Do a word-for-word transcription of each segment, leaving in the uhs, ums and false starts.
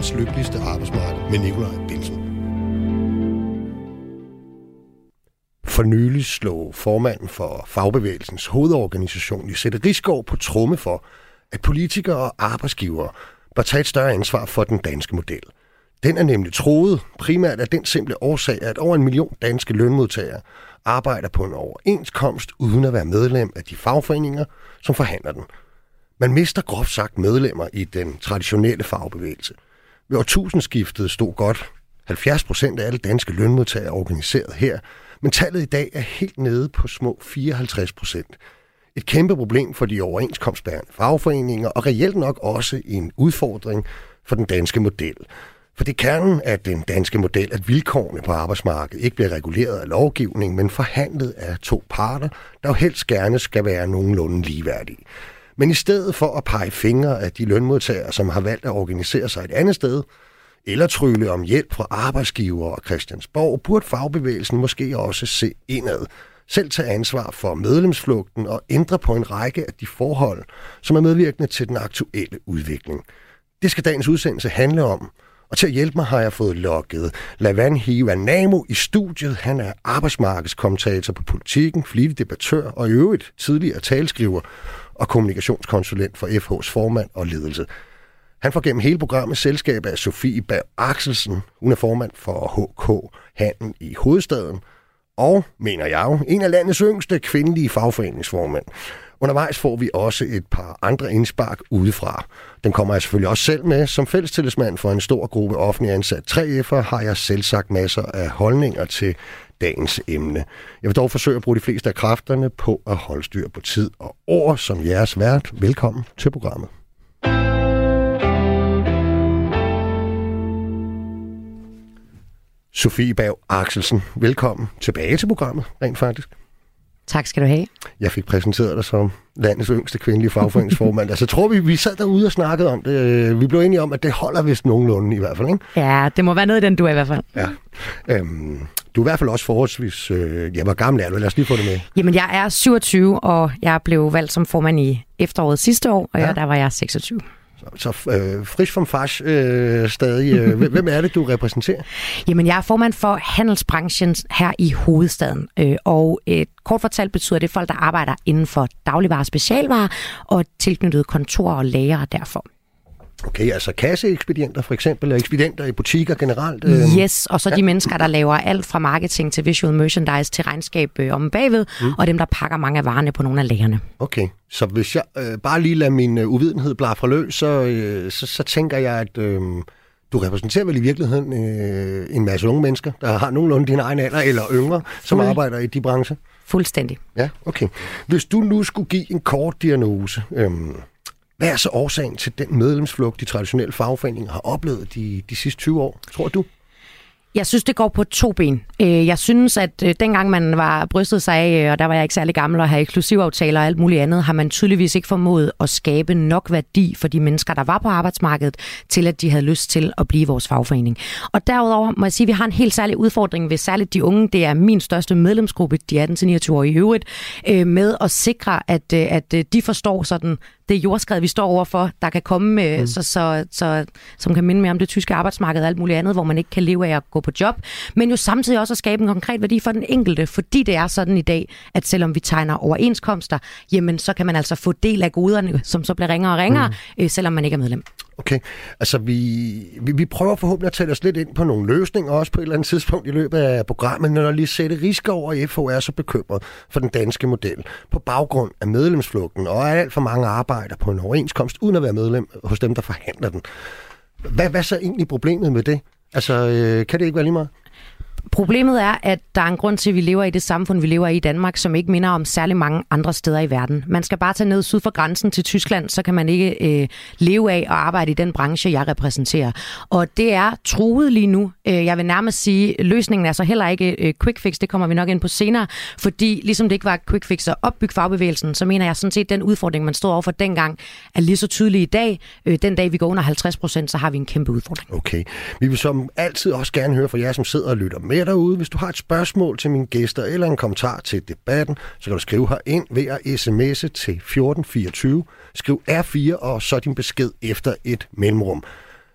verdens lykkeligste arbejdsmarked med Nikolaj Bilsen. For nylig slog formanden for Fagbevægelsens hovedorganisation Lisette Risgaard på tromme for, at politikere og arbejdsgivere bør tage et større ansvar for den danske model. Den er nemlig truet primært af den simple årsag, at over en million danske lønmodtagere arbejder på en overenskomst uden at være medlem af de fagforeninger, som forhandler den. Man mister groft sagt medlemmer i den traditionelle fagbevægelse. Ved årtusindskiftet stod godt halvfjerds procent af alle danske lønmodtagere organiseret her, men tallet i dag er helt nede på små fireoghalvtreds procent. Et kæmpe problem for de overenskomstbærende fagforeninger, og reelt nok også en udfordring for den danske model. For det er kernen af den danske model, at vilkårene på arbejdsmarkedet ikke bliver reguleret af lovgivning, men forhandlet af to parter, der jo helst gerne skal være nogenlunde ligeværdige. Men i stedet for at pege fingre af de lønmodtagere, som har valgt at organisere sig et andet sted, eller trylle om hjælp fra arbejdsgiver og Christiansborg, burde fagbevægelsen måske også se indad, selv tage ansvar for medlemsflugten og ændre på en række af de forhold, som er medvirkende til den aktuelle udvikling. Det skal dagens udsendelse handle om, og til at hjælpe mig har jeg fået lokket Lavan Hivanamo i studiet. Han er arbejdsmarkedskommentator på Politiken, flittig debattør og i øvrigt tidligere talskriver og kommunikationskonsulent for F H's formand og ledelse. Han får gennem hele programmet selskab af Sofie Berg Axelsen. Hun er formand for H K Handel i hovedstaden. Og, mener jeg jo, en af landets yngste kvindelige fagforeningsformænd. Undervejs får vi også et par andre indspark udefra. Den kommer jeg selvfølgelig også selv med. Som fællestillidsmand for en stor gruppe offentlige ansat tre F'er har jeg selv sagt masser af holdninger til dagens emne. Jeg vil dog forsøge at bruge de fleste af kræfterne på at holde styr på tid og ord som jeres vært. Velkommen til programmet. Sofie Berg Axelsen, velkommen tilbage til programmet, rent faktisk. Tak skal du have. Jeg fik præsenteret dig som landets yngste kvindelige fagforeningsformand. Altså, tror vi, vi sad derude og snakkede om det. Vi blev enige om, at det holder vist nogenlunde i hvert fald, ikke? Ja, det må være noget i den du er i hvert fald. Ja. Øhm, du er i hvert fald også forholdsvis... Øh, ja, hvor gammel er du? Lad os lige få det med. Jamen, jeg er syvogtyve, og jeg blev valgt som formand i efteråret sidste år, og ja. Der var jeg seksogtyve. Så, så øh, frisk som fars øh, stadig. Øh, hvem er det, du repræsenterer? Jamen, jeg er formand for handelsbranchen her i hovedstaden. Øh, og et kort fortalt betyder det folk, der arbejder inden for dagligvarer og specialvarer og tilknyttede kontorer og lager derfor. Okay, altså kasseekspedienter for eksempel, eller ekspedienter i butikker generelt? Øh... Yes, og så ja. De mennesker, der laver alt fra marketing til visual merchandise til regnskab øh, om bagved, mm. og dem, der pakker mange af varerne på nogle af lagerne. Okay, så hvis jeg øh, bare lige lader min øh, uvidenhed blafre løs, så, øh, så, så tænker jeg, at øh, du repræsenterer vel i virkeligheden øh, en masse unge mennesker, der har nogenlunde din egen alder eller yngre, som Fuld. arbejder i de brancher? Fuldstændig. Ja, okay. Hvis du nu skulle give en kort diagnose... Øh, Hvad er så årsagen til den medlemsflugt, de traditionelle fagforeninger har oplevet de, de sidste tyve år, tror du? Jeg synes, det går på to ben. Jeg synes, at dengang man var brystet sig af, og der var jeg ikke særlig gammel, og havde eksklusivaftaler og alt muligt andet, har man tydeligvis ikke formået at skabe nok værdi for de mennesker, der var på arbejdsmarkedet, til at de havde lyst til at blive vores fagforening. Og derudover må jeg sige, at vi har en helt særlig udfordring ved særligt de unge. Det er min største medlemsgruppe, de atten til niogtyve-årige i øvrigt, med at sikre, at, at de forstår sådan det jordskred, vi står overfor, der kan komme, mm. så, så, så, som kan minde mere om det tyske arbejdsmarked og alt muligt andet, hvor man ikke kan leve af at gå på job, men jo samtidig også at skabe en konkret værdi for den enkelte, fordi det er sådan i dag, at selvom vi tegner overenskomster, jamen så kan man altså få del af goderne, som så bliver ringere og ringere, mm. øh, selvom man ikke er medlem. Okay, altså vi, vi, vi prøver forhåbentlig at tælle os lidt ind på nogle løsninger, også på et eller andet tidspunkt i løbet af programmet, når Lisette Risgaard og F H er så bekymret for den danske model, på baggrund af medlemsflugten, og alt for mange arbejder på en overenskomst, uden at være medlem hos dem, der forhandler den. Hvad, hvad er så egentlig problemet med det? Altså, øh, kan det ikke være lige meget? Problemet er, at der er en grund til, at vi lever i det samfund, vi lever i i Danmark, som ikke minder om særlig mange andre steder i verden. Man skal bare tage ned syd for grænsen til Tyskland, så kan man ikke øh, leve af og arbejde i den branche, jeg repræsenterer. Og det er truet lige nu. Jeg vil nærmest sige, at løsningen er så heller ikke øh, quick fix, det kommer vi nok ind på senere, fordi ligesom det ikke var et quick fix at opbygge fagbevægelsen, så mener jeg sådan set, at den udfordring, man stod overfor dengang, er lige så tydelig i dag. Øh, den dag, vi går under halvtreds procent, så har vi en kæmpe udfordring. Okay. Vi vil som altid også gerne høre fra jer, som sidder og lytter med derude. Hvis du har et spørgsmål til mine gæster eller en kommentar til debatten, så kan du skrive herind ved at sms'e til fjorten fireogtyve. Skriv R fire og så din besked efter et mellemrum.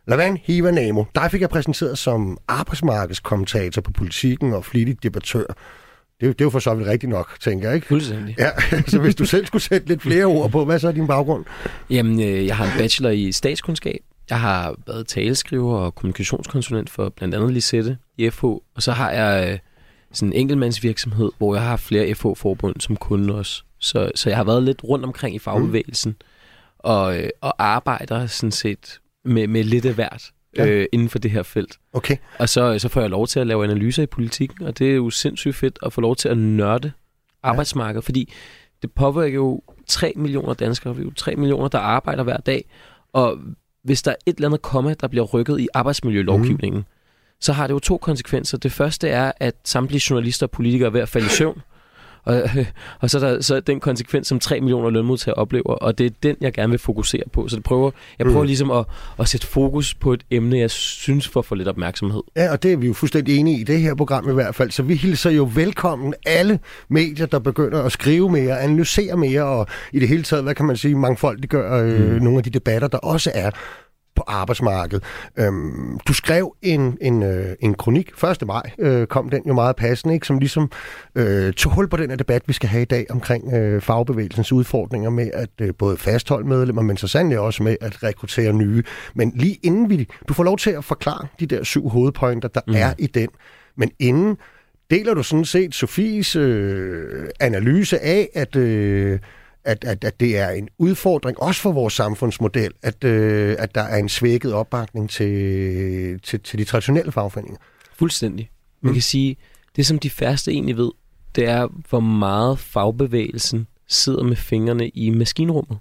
Lavan Hiva Namo, dig fik jeg præsenteret som arbejdsmarkedskommentator på Politikken og flittig debattør. Det er, det er jo for så vidt rigtigt nok, tænker jeg, ikke? Fuldstændig. Ja, så hvis du selv skulle sætte lidt flere ord på, hvad så er din baggrund? Jamen, øh, jeg har en bachelor i statskundskab. Jeg har været taleskriver og kommunikationskonsulent for blandt andet Lisette i F H. Og så har jeg øh, sådan en enkeltmandsvirksomhed, hvor jeg har flere F H-forbund som kunde også. Så, så jeg har været lidt rundt omkring i fagbevægelsen mm. og, øh, og arbejder sådan set med, med lidt af hvert ja. øh, inden for det her felt. Okay. Og så, så får jeg lov til at lave analyser i Politikken, og det er jo sindssygt fedt at få lov til at nørde arbejdsmarkedet, ja. Fordi det påvirker jo tre millioner danskere, vi er jo tre millioner, der arbejder hver dag, og hvis der er et eller andet komma, der bliver rykket i arbejdsmiljølovgivningen, mm. så har det jo to konsekvenser. Det første er, at samtlige journalister og politikere er ved at falde i søvn, og, og så er der så er den konsekvens, som tre millioner lønmodtagere oplever, og det er den, jeg gerne vil fokusere på. Så det prøver, jeg prøver mm. ligesom at, at sætte fokus på et emne, jeg synes for at få lidt opmærksomhed. Ja, og det er vi jo fuldstændig enige i det her program i hvert fald. Så vi hilser jo velkommen alle medier, der begynder at skrive mere, analysere mere, og i det hele taget, hvad kan man sige, mangfoldiggør øh, mm. nogle af de debatter, der også er på arbejdsmarkedet. Øhm, du skrev en, en, øh, en kronik, første maj øh, kom den jo meget passende, ikke, som ligesom øh, tog hul på den her debat, vi skal have i dag omkring øh, fagbevægelsens udfordringer med at øh, både fastholde medlemmer, men så sandelig også med at rekruttere nye. Men lige inden vi, du får lov til at forklare de der syv hovedpointer, der mm. er i den, men inden deler du sådan set Sofies øh, analyse af, at øh, At, at, at det er en udfordring, også for vores samfundsmodel, at, øh, at der er en svækket opbakning til, til, til de traditionelle fagforeninger. Fuldstændig. Man mm. kan sige, det som de færreste egentlig ved, det er, hvor meget fagbevægelsen sidder med fingrene i maskinrummet.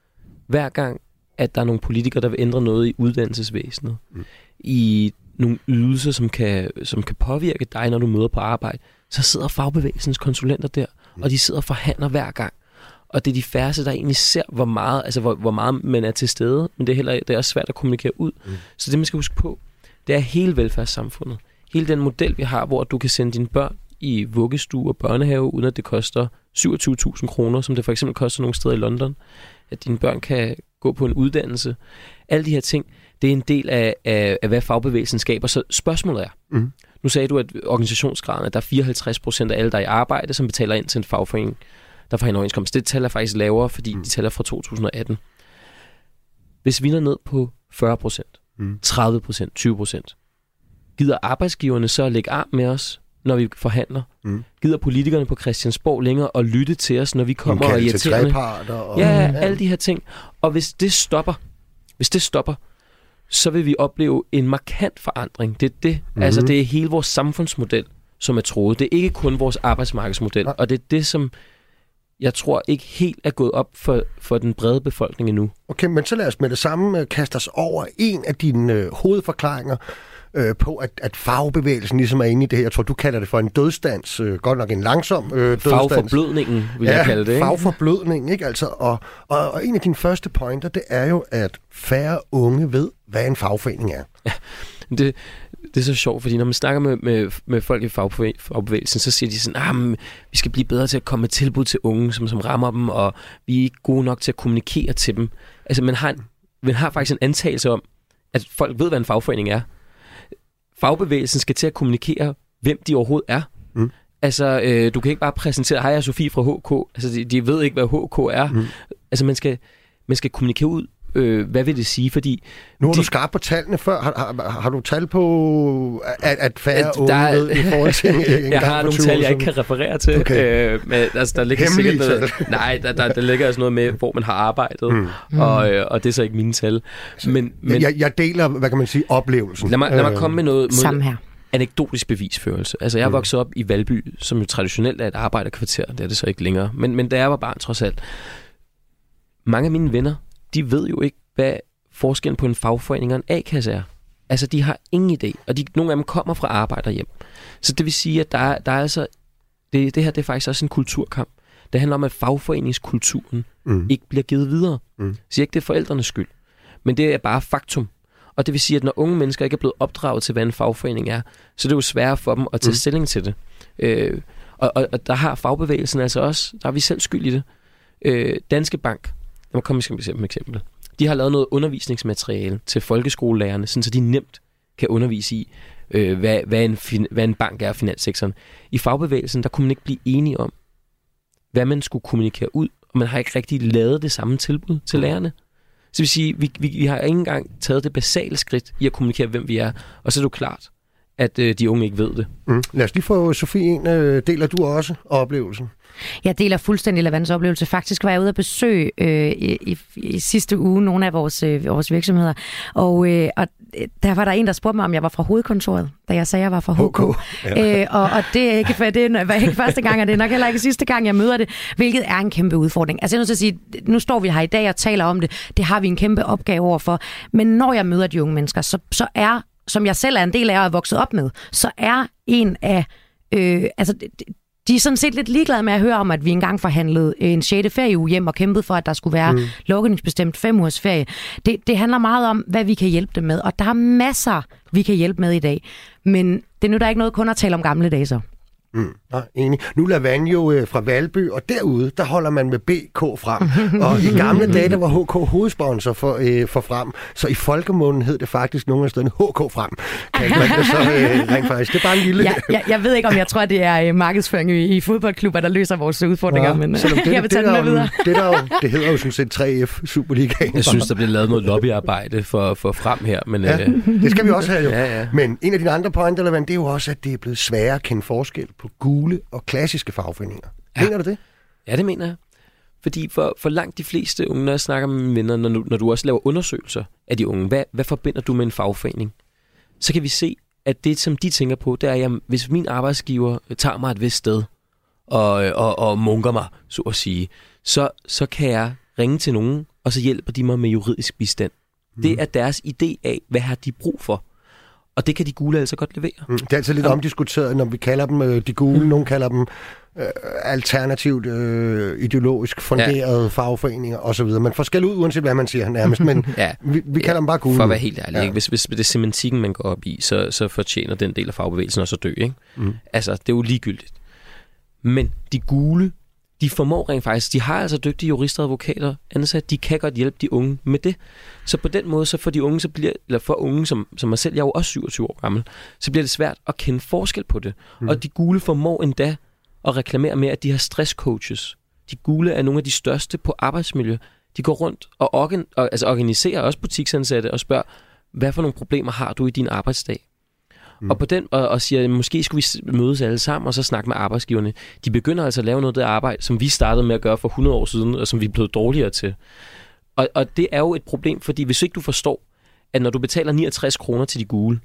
Hver gang, at der er nogle politikere, der vil ændre noget i uddannelsesvæsenet, mm. i nogle ydelser, som kan, som kan påvirke dig, når du møder på arbejde, så sidder fagbevægelsens konsulenter der, mm. og de sidder og forhandler hver gang. Og det er de færreste, der egentlig ser, hvor meget, altså hvor, hvor meget man er til stede, men det er, heller, det er også svært at kommunikere ud. Mm. Så det, man skal huske på, det er hele velfærdssamfundet. Hele den model, vi har, hvor du kan sende dine børn i vuggestue og børnehave, uden at det koster syvogtyve tusind kroner, som det for eksempel koster nogle steder i London. At dine børn kan gå på en uddannelse. Alle de her ting, det er en del af, af, af hvad fagbevægelsen skaber. Så spørgsmålet er, mm. nu sagde du, at organisationsgraden, at der er fireoghalvtreds procent af alle, der er i arbejde, som betaler ind til en fagforening, der får en overenskomst. Det tal er faktisk lavere, fordi mm. de tæller fra to tusind og atten. Hvis vi når ned på fyrre procent, mm. tredive procent, tyve procent, gider arbejdsgiverne så at lægge arm med os, når vi forhandler? Mm. Gider politikerne på Christiansborg længere at lytte til os, når vi kommer og irriterende? Og... Ja, ja, alle de her ting. Og hvis det stopper, hvis det stopper, så vil vi opleve en markant forandring. Det er det. Mm. Altså, det er hele vores samfundsmodel, som er troet. Det er ikke kun vores arbejdsmarkedsmodel. Ja. Og det er det, som jeg tror ikke helt er gået op for, for den brede befolkning endnu. Okay, men så lad os med det samme kaste os over en af dine øh, hovedforklaringer øh, på, at, at fagbevægelsen ligesom er inde i det her. Jeg tror, du kalder det for en dødsdans. Øh, godt nok en langsom øh, dødsdans. Fagforblødningen, vil ja, jeg kalde det. Ikke? Fagforblødning, ikke? Altså, og, og, og en af dine første pointer, det er jo, at færre unge ved, hvad en fagforening er. Ja, det... Det er så sjovt, fordi når man snakker med, med, med folk i fagbevægelsen, så siger de sådan, ah, vi skal blive bedre til at komme med tilbud til unge, som, som rammer dem, og vi er ikke gode nok til at kommunikere til dem. Altså, man har, en, man har faktisk en antagelse om, at folk ved, hvad en fagforening er. Fagbevægelsen skal til at kommunikere, hvem de overhovedet er. Mm. Altså, øh, du kan ikke bare præsentere, hej, jeg er Sofie fra H K. Altså, de, de ved ikke, hvad H K er. Mm. Altså, man skal, man skal kommunikere ud. Øh, hvad vil det sige? Fordi nu er de, du skarp på tallene før. Har, har, har du tal på, at, at færre at unge der, ved i forhold til en jeg har nogle tal, jeg ikke kan referere til. Okay. Øh, men, altså, der ligger Hemmelige sikkert noget, nej, der, der, der ligger altså noget med, hvor man har arbejdet, mm. og, øh, og det er så ikke mine tal. Men, men, jeg, jeg deler, hvad kan man sige, oplevelsen. Lad mig, lad mig komme med noget Samme her. anekdotisk bevisførelse. Altså, jeg er vokset op i Valby, som jo traditionelt er et arbejderkvarter. Det er det så ikke længere. Men, men da jeg var barn, trods alt, mange af mine venner, de ved jo ikke, hvad forskellen på en fagforening og en A-kasse er. Altså, de har ingen idé, og de, nogle af dem kommer fra arbejderhjem. Så det vil sige, at der er, der er altså, det, det her det er faktisk også en kulturkamp. Det handler om, at fagforeningskulturen mm. ikke bliver givet videre. Mm. Så siger ikke, det er forældrenes skyld. Men det er bare faktum. Og det vil sige, at når unge mennesker ikke er blevet opdraget til, hvad en fagforening er, så er det jo sværere for dem at tage mm. stilling til det. Øh, og, og, og der har fagbevægelsen altså også, der har vi selv skyld i det. Øh, Danske Bank, lad mig komme med et eksempel. De har lavet noget undervisningsmateriale til folkeskolelærerne, sådan så de nemt kan undervise i, øh, hvad, hvad, en fin, hvad en bank er, finanssektoren. I fagbevægelsen, der kunne man ikke blive enige om, hvad man skulle kommunikere ud, og man har ikke rigtig lavet det samme tilbud til lærerne. Så det vil sige, vi, vi, vi har ikke engang taget det basale skridt i at kommunikere, hvem vi er, og så er det jo klart, at øh, de unge ikke ved det. Mm. Lad os lige få Sofie en. Øh, deler du også oplevelsen? Jeg deler fuldstændig Lavans oplevelse. Faktisk var jeg ude at besøge øh, i, i, i sidste uge nogle af vores, øh, vores virksomheder, og, øh, og der var der en, der spurgte mig, om jeg var fra hovedkontoret, da jeg sagde, at jeg var fra H K. H K. Ja. Øh, og, og det er ikke, det var ikke første gang, og det er nok heller ikke sidste gang, jeg møder det, hvilket er en kæmpe udfordring. Altså jeg er nødt til at sige, nu står vi her i dag og taler om det, det har vi en kæmpe opgave overfor, men når jeg møder de unge mennesker, så, så er, som jeg selv er en del af og er vokset op med, så er en af, øh, altså de er sådan set lidt ligeglade med at høre om, at vi engang forhandlede en sjette ferieuge hjem og kæmpede for, at der skulle være mm. lovgivningsbestemt fem ugers ferie. Det, det handler meget om, hvad vi kan hjælpe dem med, og der er masser, vi kan hjælpe med i dag. Men det nytter ikke noget kun at tale om gamle dage så. Mm, nej, enig. Nu er Lavan jo øh, fra Valby, og derude, der holder man med B K frem. Og i gamle dage, der var H K hovedsponsor for, øh, for frem, så i folkemunden hed det faktisk nogle af stederne H K frem. Kan man det så øh, rent faktisk? Det er bare en lille... Ja, jeg, jeg ved ikke, om jeg tror, det er øh, markedsføring i, i fodboldklubber, der løser vores udfordringer, ja, men øh, det, jeg vil tage det, den med videre. Det, der jo, det hedder jo sådan set tre F Superligaen. Jeg synes, der bliver lavet noget lobbyarbejde for, for frem her. Men, ja, øh... det skal vi også have jo. Ja, ja. Men en af dine andre pointer, Lavan, det er jo også, at det er blevet sværere at kende forskel på gule og klassiske fagforeninger. Ja. Mener du det? Ja, det mener jeg. Fordi for, for langt de fleste unge, når jeg snakker med mine venner, når du, når du også laver undersøgelser af de unge, hvad, hvad forbinder du med en fagforening? Så kan vi se, at det, som de tænker på, det er, at hvis min arbejdsgiver tager mig et vist sted og, og, og munker mig, så at sige, så, så kan jeg ringe til nogen, og så hjælper de mig med juridisk bistand. Mm. Det er deres idé af, hvad har de brug for. Og det kan de gule altså godt levere. Mm, det er altid lidt ja. omdiskuteret, når vi kalder dem øh, de gule. Mm. Nogle kalder dem øh, alternativt øh, ideologisk funderede ja. fagforeninger osv. Man får skæld ud, uanset hvad man siger nærmest, men ja. vi, vi kalder ja. dem bare gule. For at være helt ærlig, ja. hvis, hvis det er semantikken, man går op i, så, så fortjener den del af fagbevægelsen også at dø. Ikke? Mm. Altså, det er jo ligegyldigt. Men de gule, de formår rent faktisk, de har altså dygtige jurister og advokater ansat, de kan godt hjælpe de unge med det. Så på den måde, så for de unge, så bliver, eller for unge som, som mig selv, jeg er jo også syvogtyve år gammel, så bliver det svært at kende forskel på det. Mm. Og de gule formår endda at reklamere med, at de har stresscoaches. De gule er nogle af de største på arbejdsmiljø. De går rundt og, organ, og altså organiserer også butiksansatte og spørger, hvad for nogle problemer har du i din arbejdsdag? Mm. Og på den og, og siger, måske skulle vi mødes alle sammen og så snakke med arbejdsgiverne. De begynder altså at lave noget af det arbejde, som vi startede med at gøre for hundrede år siden, og som vi er blevet dårligere til. Og, og det er jo et problem, fordi hvis ikke du forstår, at når du betaler niogtres kroner til de gule,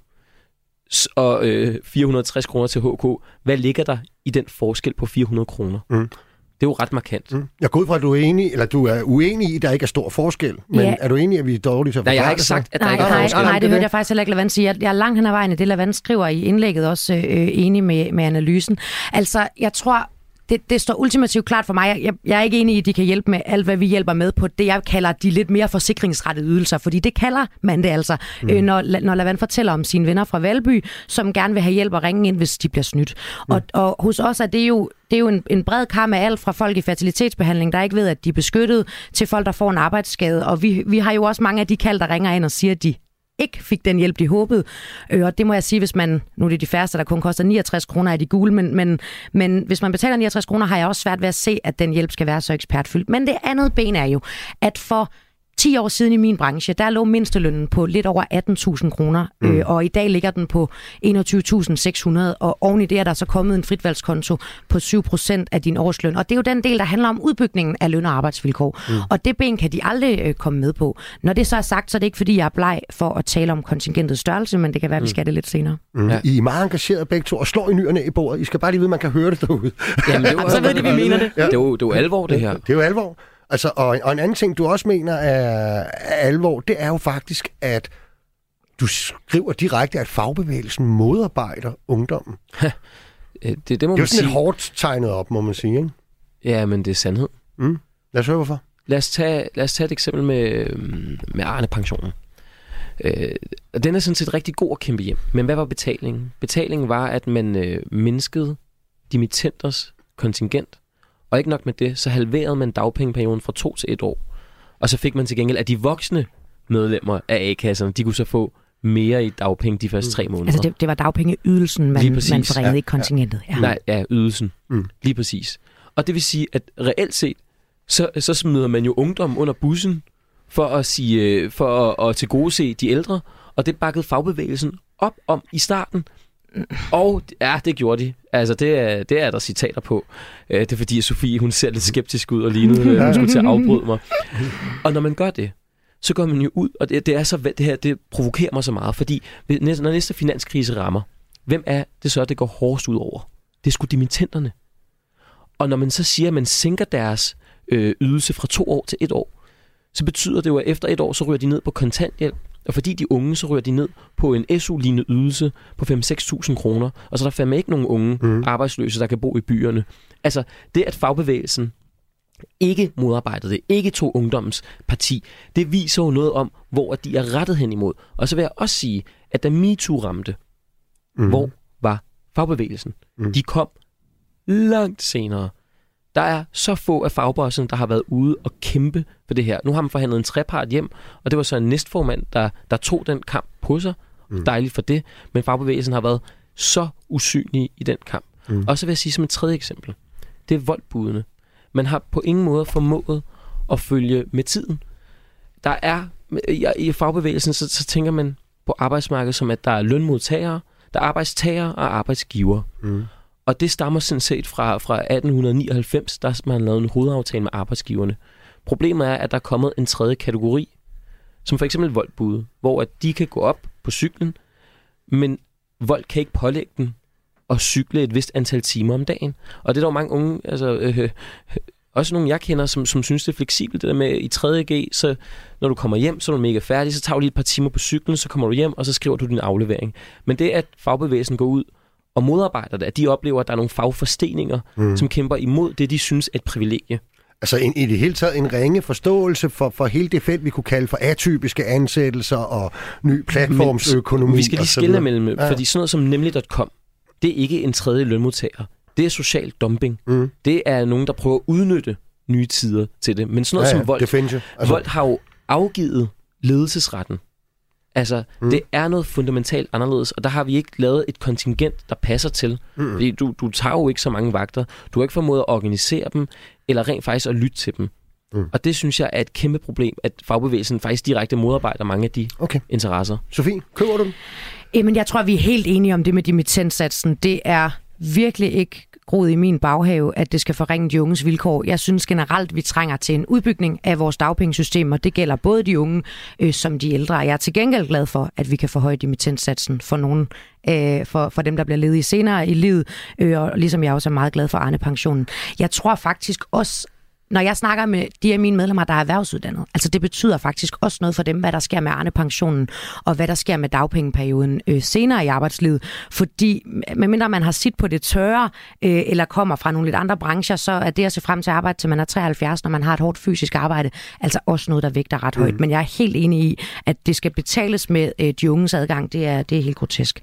og øh, fire hundrede og tres kroner til H K, hvad ligger der i den forskel på fire hundrede kroner? Mm. Det er jo ret markant. Mm. Jeg går ud fra, at du er enig, eller du er uenig i, at der ikke er stor forskel. Men yeah. er du enig, at vi er dårlige til at forklare? Nej, jeg har ikke sagt, at der nej, ikke er nej, forskel. Nej, nej, det hørte jeg faktisk heller ikke Lavan sige. Jeg er langt hen ad vejen i det, Lavan skriver i indlægget, også øh, enig med, med analysen. Altså, jeg tror, det, det står ultimativt klart for mig. Jeg, jeg er ikke enig i, at de kan hjælpe med alt, hvad vi hjælper med på det, jeg kalder de lidt mere forsikringsrettede ydelser, fordi det kalder man det altså, mm. øh, når, når Lavan fortæller om sine venner fra Valby, som gerne vil have hjælp og ringe ind, hvis de bliver snydt. Mm. Og, og hos os er det jo Det er jo en, en bred kam af alt fra folk i fertilitetsbehandling, der ikke ved, at de er beskyttet, til folk, der får en arbejdsskade. Og vi, vi har jo også mange af de kald, der ringer ind og siger, at de ikke fik den hjælp, de håbede. Øh, og det må jeg sige, hvis man, nu er det de færreste, der kun koster niogtres kroner af de gule, men, men, men hvis man betaler niogtres kroner, har jeg også svært ved at se, at den hjælp skal være så ekspertfyldt. Men det andet ben er jo, at for ti år siden i min branche, der lå mindstelønnen på lidt over atten tusind kroner, mm. øh, og i dag ligger den på enogtyve tusind seks hundrede, og oven i det er der så kommet en fritvalgskonto på syv procent af din årsløn. Og det er jo den del, der handler om udbygningen af løn- og arbejdsvilkår. Mm. Og det ben kan de aldrig øh, komme med på. Når det så er sagt, så er det ikke, fordi jeg er bleg for at tale om kontingentets størrelse, men det kan være, at vi skal det lidt senere. Mm. Ja. I er meget engageret begge to og slår i nyerne i bordet. I skal bare lige vide, at man kan høre det derude. Jamen, det var, så ved de, vi mener det. Ja. Det er jo, det er jo alvor, det her. Det er jo alvor. Altså, og, og en anden ting, du også mener er, er alvor, det er jo faktisk, at du skriver direkte, at fagbevægelsen modarbejder ungdommen. det, det, det, må det er jo sådan sige. lidt hårdt tegnet op, må man sige, ikke? Ja, men det er sandhed. Mm. Lad os høre, hvorfor. Lad os tage, lad os tage et eksempel med, med Arne-pensionen. Øh, den er sådan set rigtig god at kæmpe hjem. Men hvad var betalingen? Betalingen var, at man øh, mindskede dimittenters kontingent. Og ikke nok med det, så halverede man dagpengeperioden fra to til et år. Og så fik man til gengæld, at de voksne medlemmer af A-kasserne, de kunne så få mere i dagpenge de første tre måneder. Altså det, det var dagpengeydelsen, man, man forringede, ja. Ikke kontingentet. Ja. Nej, ja, ydelsen. Mm. Lige præcis. Og det vil sige, at reelt set, så, så smider man jo ungdom under bussen for at sige, for at, at tilgodese de ældre, og det bakkede fagbevægelsen op om i starten. Og ja, det gjorde de. Altså, det er, det er der citater på. Det er fordi, at Sofie, hun ser lidt skeptisk ud og lignede, hun skulle til at afbryde mig. Og når man gør det, så går man jo ud, og det, det, er så, det her, det provokerer mig så meget, fordi når næste finanskrise rammer, hvem er det så, det går hårdest ud over? Det er sgu dimittenterne. Og når man så siger, at man sænker deres øh, ydelse fra to år til et år, så betyder det jo, at efter et år, så ryger de ned på kontanthjælp, og fordi de unge, så ryger de ned på en S U-lignende ydelse på fem til seks tusind kroner, og så er der fandme ikke nogen unge mm. arbejdsløse, der kan bo i byerne. Altså, det at fagbevægelsen ikke modarbejder det, ikke tog ungdommens parti, det viser jo noget om, hvor de er rettet hen imod. Og så vil jeg også sige, at da MeToo ramte, mm. hvor var fagbevægelsen? Mm. De kom langt senere. Der er så få af fagbosserne, der har været ude og kæmpe for det her. Nu har man forhandlet en trepart hjem, og det var så en næstformand, der, der tog den kamp på sig. Mm. Dejligt for det. Men fagbevægelsen har været så usynlig i den kamp. Mm. Og så vil jeg sige som et tredje eksempel. Det er voldbudene. Man har på ingen måde formået at følge med tiden. Der er, i fagbevægelsen, så, så tænker man på arbejdsmarkedet som, at der er lønmodtagere, der er arbejdstagere og arbejdsgiver. Mm. Og det stammer sådan set fra, fra atten nioghalvfems, der man lavede en hovedaftale med arbejdsgiverne. Problemet er, at der er kommet en tredje kategori, som for eksempel voldbude, hvor at de kan gå op på cyklen, men vold kan ikke pålægge den at cykle et vist antal timer om dagen. Og det er der jo mange unge, altså øh, øh, også nogle jeg kender, som, som synes, det er fleksibelt, det der med i tredje G, så når du kommer hjem, så er du mega færdig, så tager du lige et par timer på cyklen, så kommer du hjem, og så skriver du din aflevering. Men det, at fagbevægelsen går ud og modarbejder det, at de oplever, at der er nogle fagforsteninger, mm. som kæmper imod det, de synes er et privilegie. Altså en, i det hele taget en ringe forståelse for, for hele det felt, vi kunne kalde for atypiske ansættelser og ny platformsøkonomi. Men vi skal lige skille mellem, ja. Fordi sådan noget som nemlig punktum com, det er ikke en tredje lønmodtager. Det er social dumping. Mm. Det er nogen, der prøver at udnytte nye tider til det. Men sådan noget ja, ja, som Volt, altså... Volt har jo afgivet ledelsesretten. Altså, mm. det er noget fundamentalt anderledes, og der har vi ikke lavet et kontingent, der passer til. Mm. Fordi du, du tager jo ikke så mange vagter. Du har ikke formået at organisere dem, eller rent faktisk at lytte til dem. Mm. Og det synes jeg er et kæmpe problem, at fagbevægelsen faktisk direkte modarbejder mange af de okay. interesser. Sofie, køber du dem? Jamen, jeg tror, vi er helt enige om det med dimittentsatsen. Det er virkelig ikke groet i min baghave, at det skal forringe de unges vilkår. Jeg synes generelt, vi trænger til en udbygning af vores dagpengesystem, og det gælder både de unge øh, som de ældre. Jeg er til gengæld glad for, at vi kan forhøje dimittentsatsen for nogen, øh, for, for dem, der bliver ledige senere i livet, øh, og ligesom jeg også er meget glad for Arne-pensionen. Jeg tror faktisk også, når jeg snakker med de af mine medlemmer, der er erhvervsuddannet, altså det betyder faktisk også noget for dem, hvad der sker med Arne-pensionen, og hvad der sker med dagpengeperioden øh, senere i arbejdslivet. Fordi medmindre man har sit på det tørre, øh, eller kommer fra nogle lidt andre brancher, så er det at se frem til arbejde, til man er treoghalvfjerds, når man har et hårdt fysisk arbejde, altså også noget, der vægter ret højt. Mm. Men jeg er helt enig i, at det skal betales med øh, de unges adgang. Det er, det er helt grotesk.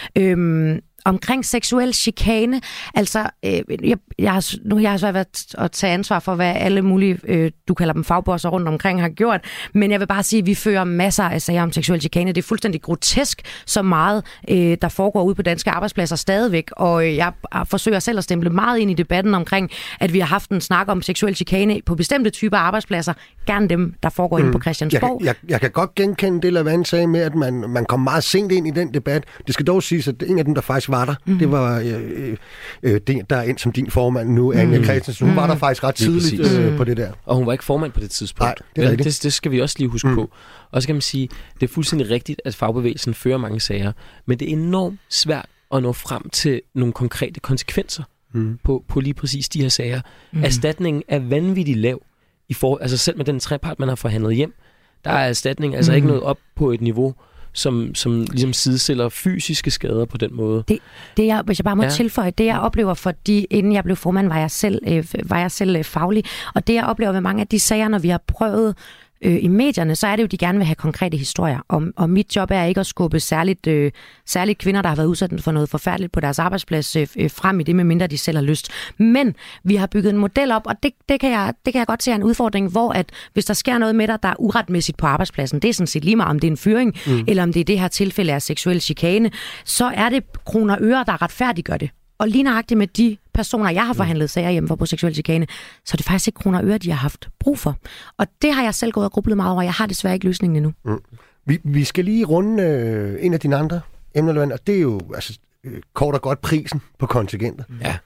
Øhm, Omkring seksuel chikane, altså, øh, jeg, jeg har, nu jeg har så været at tage ansvar for, hvad alle mulige, øh, du kalder dem fagbosser rundt omkring, har gjort, men jeg vil bare sige, at vi fører masser af sager om seksuel chikane. Det er fuldstændig grotesk, så meget, øh, der foregår ude på danske arbejdspladser stadigvæk, og øh, jeg forsøger selv at stemple meget ind i debatten omkring, at vi har haft en snak om seksuel chikane på bestemte typer arbejdspladser, gerne dem, der foregår mm. inde på Christiansborg. Jeg, jeg, jeg kan godt genkende det, Lavand sagde med, at man, man kom meget sent ind i den debat. Det skal dog siges, at en af dem, der faktisk var der. Mm. Det var øh, øh, det, der er ind som din formand nu, Anja mm. Christensen. Hun mm. var der faktisk ret tidligt øh, på det der. Og hun var ikke formand på det tidspunkt. Nej, det, er det, det skal vi også lige huske mm. på. Og så kan man sige, det er fuldstændig rigtigt, at fagbevægelsen fører mange sager, men det er enormt svært at nå frem til nogle konkrete konsekvenser mm. på, på lige præcis de her sager. Mm. Erstatningen er vanvittigt lav. I for, altså selv med den trepart, man har forhandlet hjem, der er erstatningen altså mm. ikke nået op på et niveau, som, som ligesom sidestiller fysiske skader på den måde. Det, det jeg, hvis jeg bare må ja. tilføje, det jeg oplever, fordi inden jeg blev formand, var jeg selv, øh, var jeg selv øh, faglig, og det jeg oplever med mange af de sager, når vi har prøvet øh, i medierne, så er det jo, de gerne vil have konkrete historier. Og, og mit job er ikke at skubbe særligt, øh, særligt kvinder, der har været udsat for noget forfærdeligt på deres arbejdsplads, øh, frem i det, medmindre de selv har lyst. Men vi har bygget en model op, og det, det, kan, jeg, det kan jeg godt se er en udfordring, hvor at hvis der sker noget med dig, der er uretmæssigt på arbejdspladsen, det er sådan set lige meget, om det er en fyring, mm. eller om det i det her tilfælde er seksuel chikane, så er det kroner og øre, der retfærdiggør det. Og lige nøjagtigt med de personer, jeg har forhandlet sager hjemme for på seksuel chikane, så er det faktisk ikke kroner og øre, de har haft brug for. Og det har jeg selv gået og grublet meget over, jeg har desværre ikke løsningen endnu. Mm. Vi, vi skal lige runde øh, en af dine andre emner, og det er jo altså, øh, kort og godt prisen på kontingentet. Ja,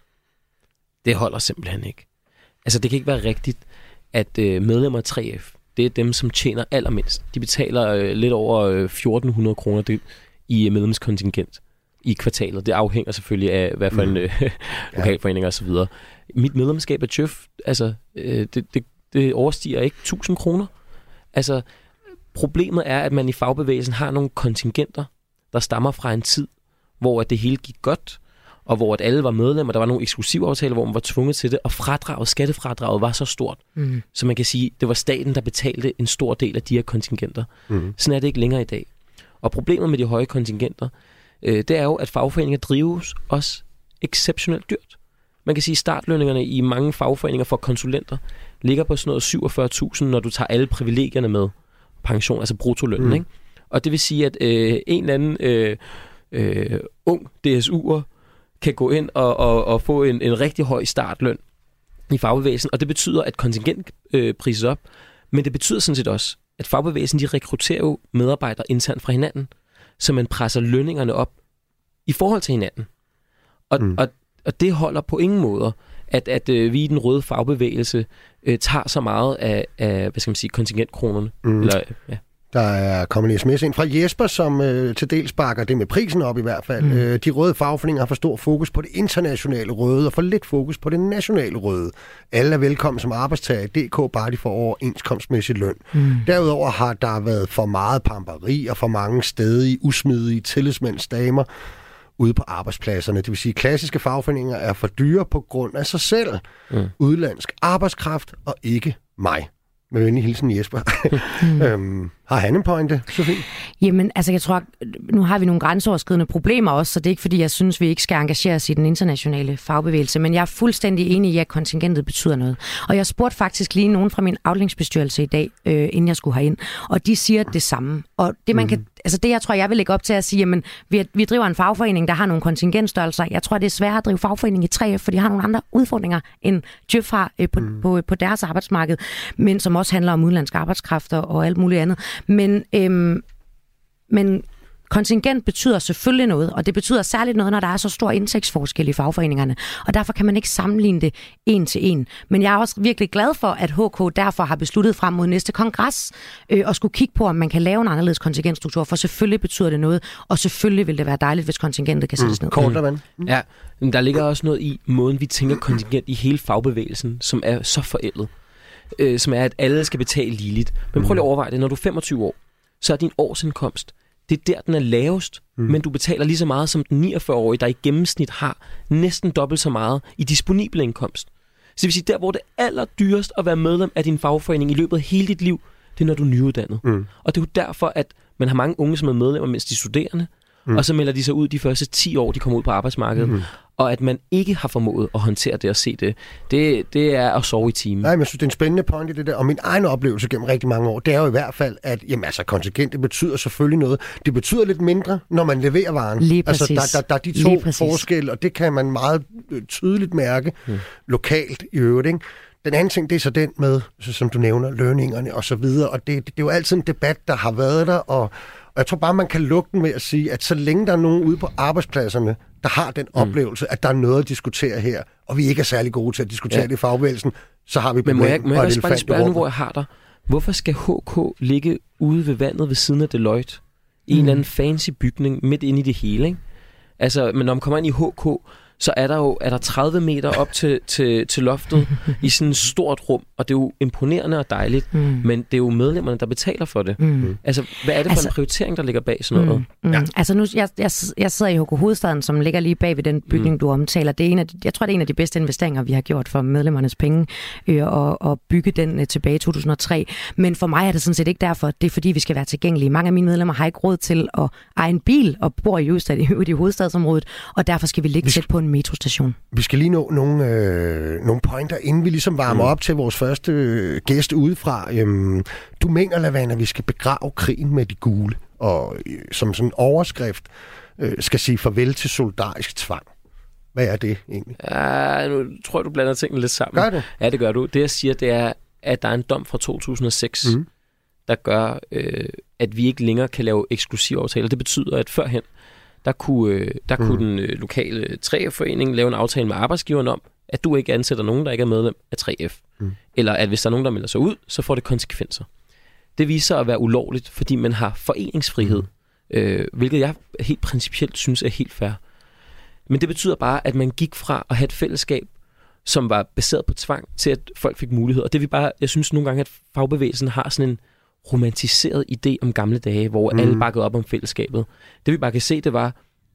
det holder simpelthen ikke. Altså det kan ikke være rigtigt, at øh, medlemmer af tre F, det er dem, som tjener allermindst. De betaler øh, lidt over øh, fjorten hundrede kroner i medlemskontingent i kvartalet. Det afhænger selvfølgelig af, hvad for en øh, lokalforening og så videre. Mit medlemskab af Djøf, altså, øh, det, det, det overstiger ikke tusind kroner. Altså, problemet er, at man i fagbevægelsen har nogle kontingenter, der stammer fra en tid, hvor det hele gik godt, og hvor at alle var medlemmer. Der var nogle eksklusivaftaler, hvor man var tvunget til det, og fradraget, skattefradraget var så stort. Mm. Så man kan sige, det var staten, der betalte en stor del af de her kontingenter. Mm. Sådan er det ikke længere i dag. Og problemet med de høje kontingenter, det er jo, at fagforeninger drives også exceptionelt dyrt. Man kan sige, at startlønningerne i mange fagforeninger for konsulenter ligger på sådan noget syvogfyrre tusind, når du tager alle privilegierne med. Pension, altså bruttolønnen, mm. ikke? Og det vil sige, at øh, en eller anden øh, øh, ung D S U'er kan gå ind og, og, og få en, en rigtig høj startløn i fagbevægelsen, og det betyder, at kontingent øh, prises op, men det betyder sådan set også, at fagbevægelsen, de rekrutterer jo medarbejdere internt fra hinanden, så man presser lønningerne op i forhold til hinanden. Og, mm. og, og det holder på ingen måder, at, at øh, vi i den røde fagbevægelse øh, tager så meget af, af hvad skal man sige, kontingentkronerne. Mm. Eller, ja. Der er kommet en sms ind fra Jesper, som øh, til dels bakker det med prisen op i hvert fald. Mm. Øh, de røde fagforeninger har for stor fokus på det internationale røde og for lidt fokus på det nationale røde. Alle er velkommen som arbejdstager i D K, bare de får overenskomstmæssig løn. Mm. Derudover har der været for meget pamperi og for mange stedige, usmidige tillidsmændsdamer ude på arbejdspladserne. Det vil sige, at klassiske fagforeninger er for dyre på grund af sig selv. Mm. Udenlandsk arbejdskraft og ikke mig. Med venlig hilsen Jesper. Mm. øhm, har han en pointe, Sofie? Jamen, altså jeg tror, nu har vi nogle grænseoverskridende problemer også, så det er ikke fordi, jeg synes, vi ikke skal engagere os i den internationale fagbevægelse, men jeg er fuldstændig enig i, at kontingentet betyder noget. Og jeg spurgte faktisk lige nogen fra min afdelingsbestyrelse i dag, øh, inden jeg skulle herind, og de siger det samme. Og det, man mm. kan, altså det, jeg tror, jeg vil lægge op til at sige, jamen, vi, vi driver en fagforening, der har nogle kontingentstørrelser. Jeg tror, det er svært at drive fagforening i tre F, for de har nogle andre udfordringer, end Djøf har øh, på, mm. på, på deres arbejdsmarked, men som også handler om udenlandsk arbejdskraft og alt muligt andet. Men, øhm, men kontingent betyder selvfølgelig noget, og det betyder særligt noget, når der er så stor indtægtsforskel i fagforeningerne. Og derfor kan man ikke sammenligne det en til en. Men jeg er også virkelig glad for, at H K derfor har besluttet frem mod næste kongres øh, og skulle kigge på, om man kan lave en anderledes kontingentstruktur, for selvfølgelig betyder det noget, og selvfølgelig vil det være dejligt, hvis kontingentet kan sættes ned. Mm. Kort og vand. Mm. Ja, men der ligger også noget i måden, vi tænker kontingent i hele fagbevægelsen, som er så forældet. Øh, som er, at alle skal betale ligeligt. Men prøv lige at overveje det. Når du er femogtyve år, så er din årsindkomst, det er der, den er lavest, mm. men du betaler lige så meget som den niogfyrre-årige, der i gennemsnit har næsten dobbelt så meget i disponibel indkomst. Så det vil sige, der hvor det er allerdyrest at være medlem af din fagforening i løbet af hele dit liv, det er, når du er nyuddannet. Mm. Og det er jo derfor, at man har mange unge, som er medlemmer, mens de er studerende, mm. og så melder de sig ud de første ti år, de kommer ud på arbejdsmarkedet. Mm. Og at man ikke har formået at håndtere det og se det, det, det er at sove i timen. Nej, men jeg synes, det er en spændende point i det der. Og min egen oplevelse gennem rigtig mange år, det er jo i hvert fald, at jamen, altså, kontingent, det betyder selvfølgelig noget. Det betyder lidt mindre, når man leverer varen. Lige præcis. Altså, der, der, der er de to forskelle, og det kan man meget tydeligt mærke hmm. lokalt i øvrigt, ikke? Den anden ting, det er så den med, så, som du nævner, lønningerne og så videre. Og det, det, det er jo altid en debat, der har været der, og Og jeg tror bare, man kan lukke den med at sige, at så længe der er nogen ude på arbejdspladserne, der har den mm. oplevelse, at der er noget at diskutere her, og vi ikke er særlig gode til at diskutere ja. det i fagbevægelsen, så har vi problemer. Men må jeg, må jeg også bare spørge nu, hvor jeg har dig? Hvorfor skal H K ligge ude ved vandet ved siden af Deloitte? I mm. en eller anden fancy bygning midt inde i det hele, ikke? Altså, men når man kommer ind i H K, så er der jo er der tredive meter op til, til, til loftet i sådan et stort rum, og det er jo imponerende og dejligt, mm. men det er jo medlemmerne, der betaler for det. Mm. Altså, hvad er det for altså, en prioritering, der ligger bag sådan noget? Mm, mm. Ja. Altså nu, jeg, jeg, jeg sidder i H K Hovedstaden, som ligger lige bag ved den bygning, mm. du omtaler. Det er en af de, jeg tror, det er en af de bedste investeringer, vi har gjort for medlemmernes penge, øh, og, og bygge den øh, tilbage i to tusind og tre. Men for mig er det sådan set ikke derfor. Det er fordi, vi skal være tilgængelige. Mange af mine medlemmer har ikke råd til at eje en bil og bor i Ystad, i hovedstadsområdet, og derfor skal vi ligge tæt på en metrostation. Vi skal lige nå nogle, øh, nogle pointer, inden vi ligesom varmer mm. op til vores første øh, gæst udefra. Øhm, du mener, Lavand, at vi skal begrave krigen med de gule, og øh, som sådan en overskrift øh, skal sige farvel til solidarisk tvang. Hvad er det egentlig? Ja, nu tror jeg, du blander tingene lidt sammen. Gør det? Ja, det gør du. Det, jeg siger, det er, at der er en dom fra to tusind og seks, mm. der gør, øh, at vi ikke længere kan lave eksklusive aftaler. Det betyder, at førhen, der kunne, øh, der mm. kunne den øh, lokale tre F-forening lave en aftale med arbejdsgiveren om, at du ikke ansætter nogen, der ikke er medlem af tre F. Mm. Eller at hvis der er nogen, der melder sig ud, så får det konsekvenser. Det viser at være ulovligt, fordi man har foreningsfrihed, mm. øh, hvilket jeg helt principielt synes er helt fair. Men det betyder bare, at man gik fra at have et fællesskab, som var baseret på tvang, til at folk fik mulighed. Og det vi bare, jeg synes nogle gange, at fagbevægelsen har sådan en romantiseret idé om gamle dage, hvor mm. alle bakkede op om fællesskabet. Det vi bare kan se, det var,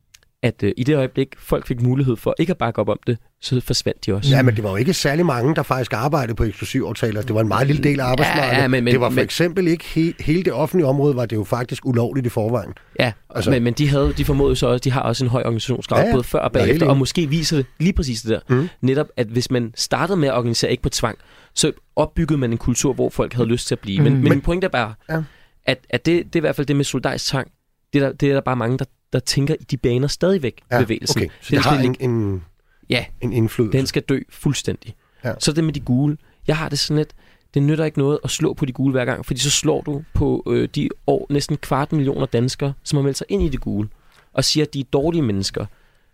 at øh, i det øjeblik, folk fik mulighed for ikke at bakke op om det, så forsvandt de også. Ja, men det var jo ikke særlig mange, der faktisk arbejdede på eksklusivaftaler. Det var en meget lille del af arbejdsmarkedet. Ja, ja, men, men, det var for men, eksempel ikke he- hele det offentlige område, var det jo faktisk ulovligt i forvejen. Ja, altså. men, men de, havde, de formodede så også, de har også en høj organisationsgrad, ja, ja. både før og bagefter, og måske viser det lige præcis det der. Mm. Netop, at hvis man startede med at organisere ikke på tvang, så opbyggede man en kultur, hvor folk havde lyst til at blive. Mm. Men, men min pointe er bare, ja. at, at det, det er i hvert fald det med solidarisk tvang. Det er der, det er der bare mange, der der tænker i de baner stadigvæk, ja, bevægelsen. Okay. Så det har en, en, ja, en indflydelse. Den skal dø fuldstændig. Ja. Så det med de gule. Jeg har det sådan lidt, det nytter ikke noget at slå på de gule hver gang, fordi så slår du på øh, de år, næsten kvart millioner danskere, som har meldt sig ind i de gule, og siger, at de er dårlige mennesker.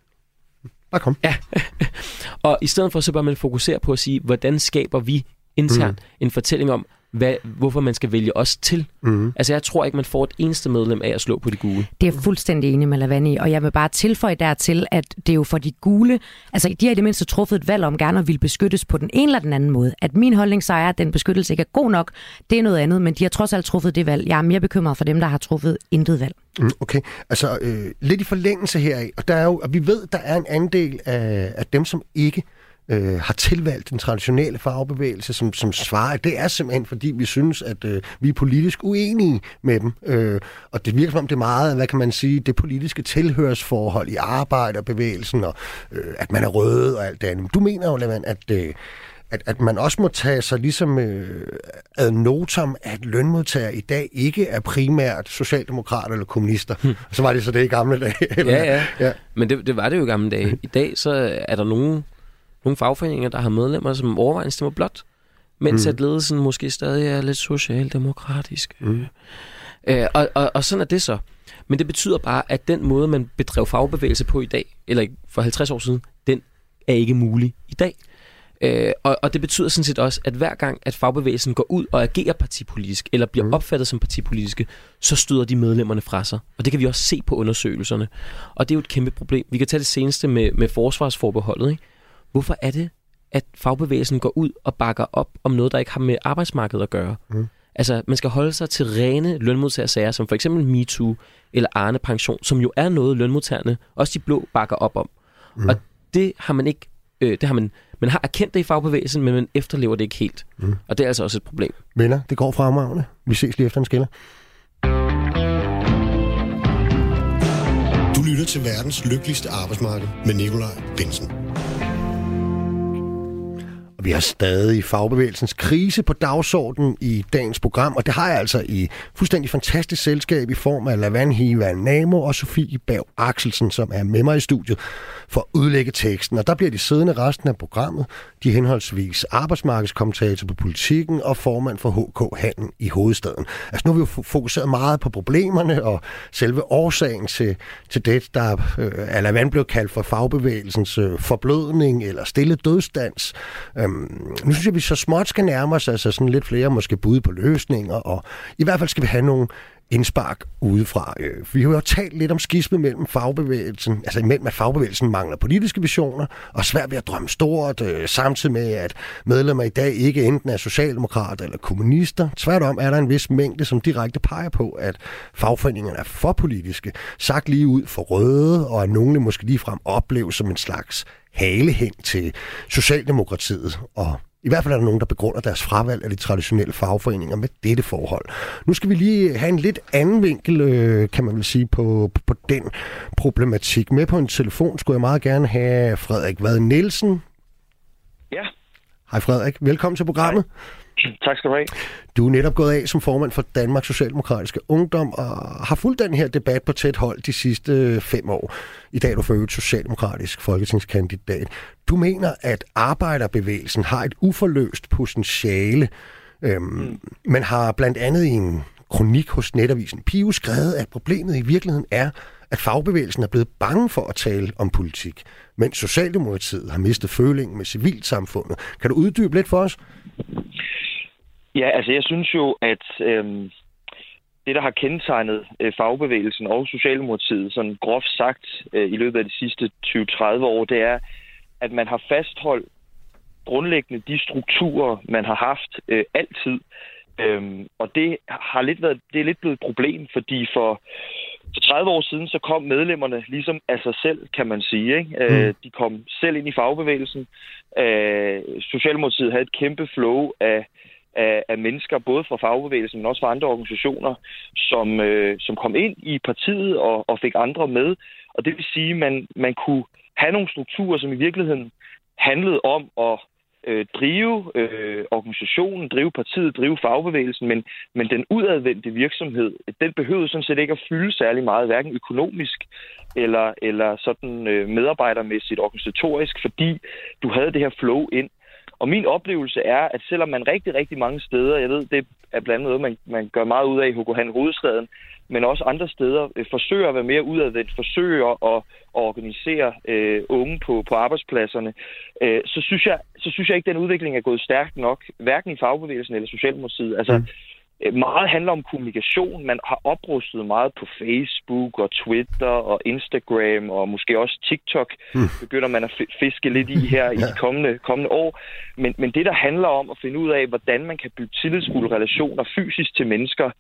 Bare kom. Ja. Og i stedet for, så bør man fokusere på at sige, hvordan skaber vi internt mm. en fortælling om, Hvad, hvorfor man skal vælge os til. Mm. Altså, jeg tror ikke, man får et eneste medlem af at slå på de gule. Det er fuldstændig enig med Lavani, og jeg vil bare tilføje dertil, at det er jo for de gule, altså de har i det mindste truffet et valg om gerne at ville beskyttes på den ene eller den anden måde. At min holdning så er, at den beskyttelse ikke er god nok, det er noget andet, men de har trods alt truffet det valg. Jeg er mere bekymret for dem, der har truffet intet valg. Mm, okay, altså øh, lidt i forlængelse heraf, og der er jo, og vi ved, der er en anden del af, af dem, som ikke Øh, har tilvalgt den traditionelle fagbevægelse, som, som svarer. Det er simpelthen, fordi vi synes, at øh, vi er politisk uenige med dem. Øh, og det virker som om, det er meget, hvad kan man sige, det politiske tilhørsforhold i arbejderbevægelsen, og øh, at man er røde og alt det andet. Du mener jo, Lavand, at, øh, at, at man også må tage sig ligesom øh, ad notam, at lønmodtagere i dag ikke er primært socialdemokrater eller kommunister. Hmm. Så var det så det i gamle dage. Eller? Ja, ja, ja. Men det, det var det jo i gamle dage. I dag så er der nogen Nogle fagforeninger, der har medlemmer, som overvejende stemmer blot, mens mm. at ledelsen måske stadig er lidt socialdemokratisk. Mm. Øh, og, og, og sådan er det så. Men det betyder bare, at den måde, man bedrev fagbevægelse på i dag, eller for halvtreds år siden, den er ikke mulig i dag. Øh, og, og det betyder sådan set også, at hver gang, at fagbevægelsen går ud og agerer partipolitisk, eller bliver mm. opfattet som partipolitiske, så støder de medlemmerne fra sig. Og det kan vi også se på undersøgelserne. Og det er jo et kæmpe problem. Vi kan tage det seneste med, med forsvarsforbeholdet, ikke? Hvorfor er det, at fagbevægelsen går ud og bakker op om noget, der ikke har med arbejdsmarkedet at gøre? Mm. Altså, man skal holde sig til rene lønmodtagersager, som for eksempel MeToo eller Arne Pension, som jo er noget, lønmodtagerne, også de blå, bakker op om. Mm. Og det har man ikke, øh, det har man, man har erkendt det i fagbevægelsen, men man efterlever det ikke helt. Mm. Og det er altså også et problem. Venner, det går fremragende. Vi ses lige efter en skiller. Du lytter til verdens lykkeligste arbejdsmarked med Nikolaj Bensen. Og vi har stadig fagbevægelsens krise på dagsordenen i dagens program, og det har jeg altså i fuldstændig fantastisk selskab i form af Lavand Hiva Namo og Sofie Berg Axelsen, som er med mig i studiet for at udlægge teksten. Og der bliver de siddende resten af programmet. De er henholdsvis arbejdsmarkedskommentator på Politikken og formand for H K Handel i hovedstaden. Altså nu har vi jo fokuseret meget på problemerne og selve årsagen til, til det, der øh, af Lavand blev kaldt for fagbevægelsens øh, forblødning eller stille dødsdans. Øhm, nu synes jeg, vi så småt skal nærme os altså sådan lidt flere måske bud på løsninger, og i hvert fald skal vi have nogle indspark udefra. Vi har jo talt lidt om skisme mellem fagbevægelsen, altså imellem at fagbevægelsen mangler politiske visioner og svært ved at drømme stort, samtidig med at medlemmer i dag ikke enten er socialdemokrater eller kommunister. Tværtom er der en vis mængde, som direkte peger på, at fagforeningerne er for politiske, sagt lige ud for røde, og at nogle måske ligefrem opleves som en slags halehæng til Socialdemokratiet. Og i hvert fald er der nogen, der begrunder deres fravalg af de traditionelle fagforeninger med dette forhold. Nu skal vi lige have en lidt anden vinkel, kan man vel sige, på, på den problematik. Med på en telefon skulle jeg meget gerne have Frederik Vad Nielsen. Ja. Hej Frederik, velkommen til programmet. Hej. Tak skal du have. Du er netop gået af som formand for Danmarks Socialdemokratiske Ungdom og har fulgt den her debat på tæt hold de sidste fem år. I dag er du for øvrigt socialdemokratisk folketingskandidat. Du mener, at arbejderbevægelsen har et uforløst potentiale. Øhm, mm. Man har blandt andet i en kronik hos netavisen Pio skrevet, at problemet i virkeligheden er, at fagbevægelsen er blevet bange for at tale om politik, mens Socialdemokratiet har mistet følingen med civilsamfundet. Kan du uddybe lidt for os? Ja, altså jeg synes jo, at øhm, det, der har kendetegnet øh, fagbevægelsen og Socialdemokratiet, sådan groft sagt øh, i løbet af de sidste tyve til tredive år, det er, at man har fastholdt grundlæggende de strukturer, man har haft øh, altid. Øhm, og det har lidt været, det er lidt blevet et problem, fordi for, for tredive år siden, så kom medlemmerne ligesom af sig selv, kan man sige. Ikke? Mm. Øh, de kom selv ind i fagbevægelsen. Øh, Socialdemokratiet havde et kæmpe flow af Af, af mennesker, både fra fagbevægelsen, men også fra andre organisationer, som, øh, som kom ind i partiet og, og fik andre med. Og det vil sige, at man, man kunne have nogle strukturer, som i virkeligheden handlede om at øh, drive øh, organisationen, drive partiet, drive fagbevægelsen, men, men den udadvendte virksomhed, den behøvede sådan set ikke at fylde særlig meget, hverken økonomisk eller, eller sådan øh, medarbejdermæssigt, organisatorisk, fordi du havde det her flow ind. Og min oplevelse er, at selvom man rigtig, rigtig mange steder, jeg ved, det er blandt andet noget, man, man gør meget ud af i H K Hand Hovedstaden, men også andre steder, øh, forsøger at være mere udadvendt, forsøger at, at organisere øh, unge på, på arbejdspladserne, øh, så, synes jeg, så synes jeg ikke, at den udvikling er gået stærkt nok, hverken i fagbevægelsen eller Socialdemokratiet. Altså, mm. Meget handler om kommunikation. Man har oprustet meget på Facebook og Twitter og Instagram og måske også TikTok. Mm. Begynder man at fiske lidt i her i de kommende, kommende år. Men, men det, der handler om at finde ud af, hvordan man kan bygge tillidsfulde relationer fysisk til mennesker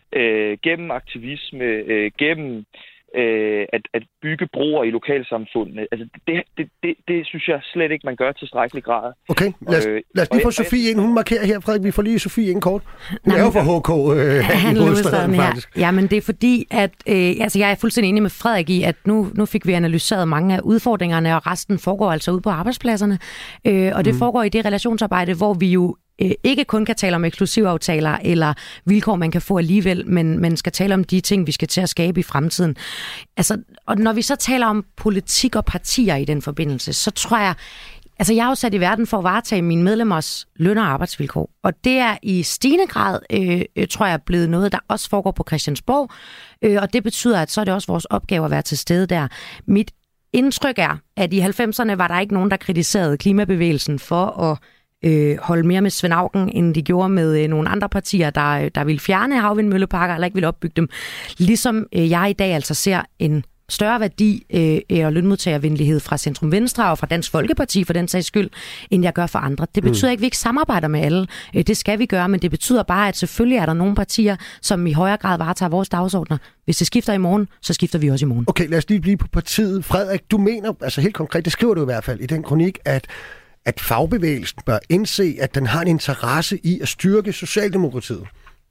øh, gennem aktivisme, øh, gennem øh, at, at bygge broer i lokalsamfundene. Altså, det, det, det, det synes jeg slet ikke, man gør til tilstrækkelig grad. Okay, lad os, øh, lad os lige få Sofie ind. Hun markerer her, Frederik. Vi får lige Sofie ind kort. Hun er jo for H K øh, i hovedstaden, faktisk. Ja, men det er fordi, at øh, altså, jeg er fuldstændig enig med Frederik i, at nu, nu fik vi analyseret mange af udfordringerne, og resten foregår altså ude på arbejdspladserne. Øh, og det mm. foregår i det relationsarbejde, hvor vi jo ikke kun kan tale om eksklusivaftaler eller vilkår, man kan få alligevel, men man skal tale om de ting, vi skal til at skabe i fremtiden. Altså, og når vi så taler om politik og partier i den forbindelse, så tror jeg, altså jeg er jo sat i verden for at varetage mine medlemmers løn- og arbejdsvilkår, og det er i stigende grad, øh, tror jeg, blevet noget, der også foregår på Christiansborg, øh, og det betyder, at så er det også vores opgave at være til stede der. Mit indtryk er, at i halvfemserne var der ikke nogen, der kritiserede klimabevægelsen for at Øh, holde mere med Svend Auken, end de gjorde med øh, nogle andre partier, der, der ville fjerne havvindmølleparker, eller ikke ville opbygge dem. Ligesom øh, jeg i dag altså ser en større værdi øh, og lønmodtagervenlighed fra Centrum Venstre og fra Dansk Folkeparti for den sags skyld, end jeg gør for andre. Det betyder mm. ikke, at vi ikke samarbejder med alle. Øh, det skal vi gøre, men det betyder bare, at selvfølgelig er der nogle partier, som i højere grad varetager vores dagsordner. Hvis det skifter i morgen, så skifter vi også i morgen. Okay, lad os lige blive på partiet. Frederik, du mener, altså helt konkret, det skriver du i hvert fald i den kronik, at at fagbevægelsen bør indse, at den har en interesse i at styrke Socialdemokratiet?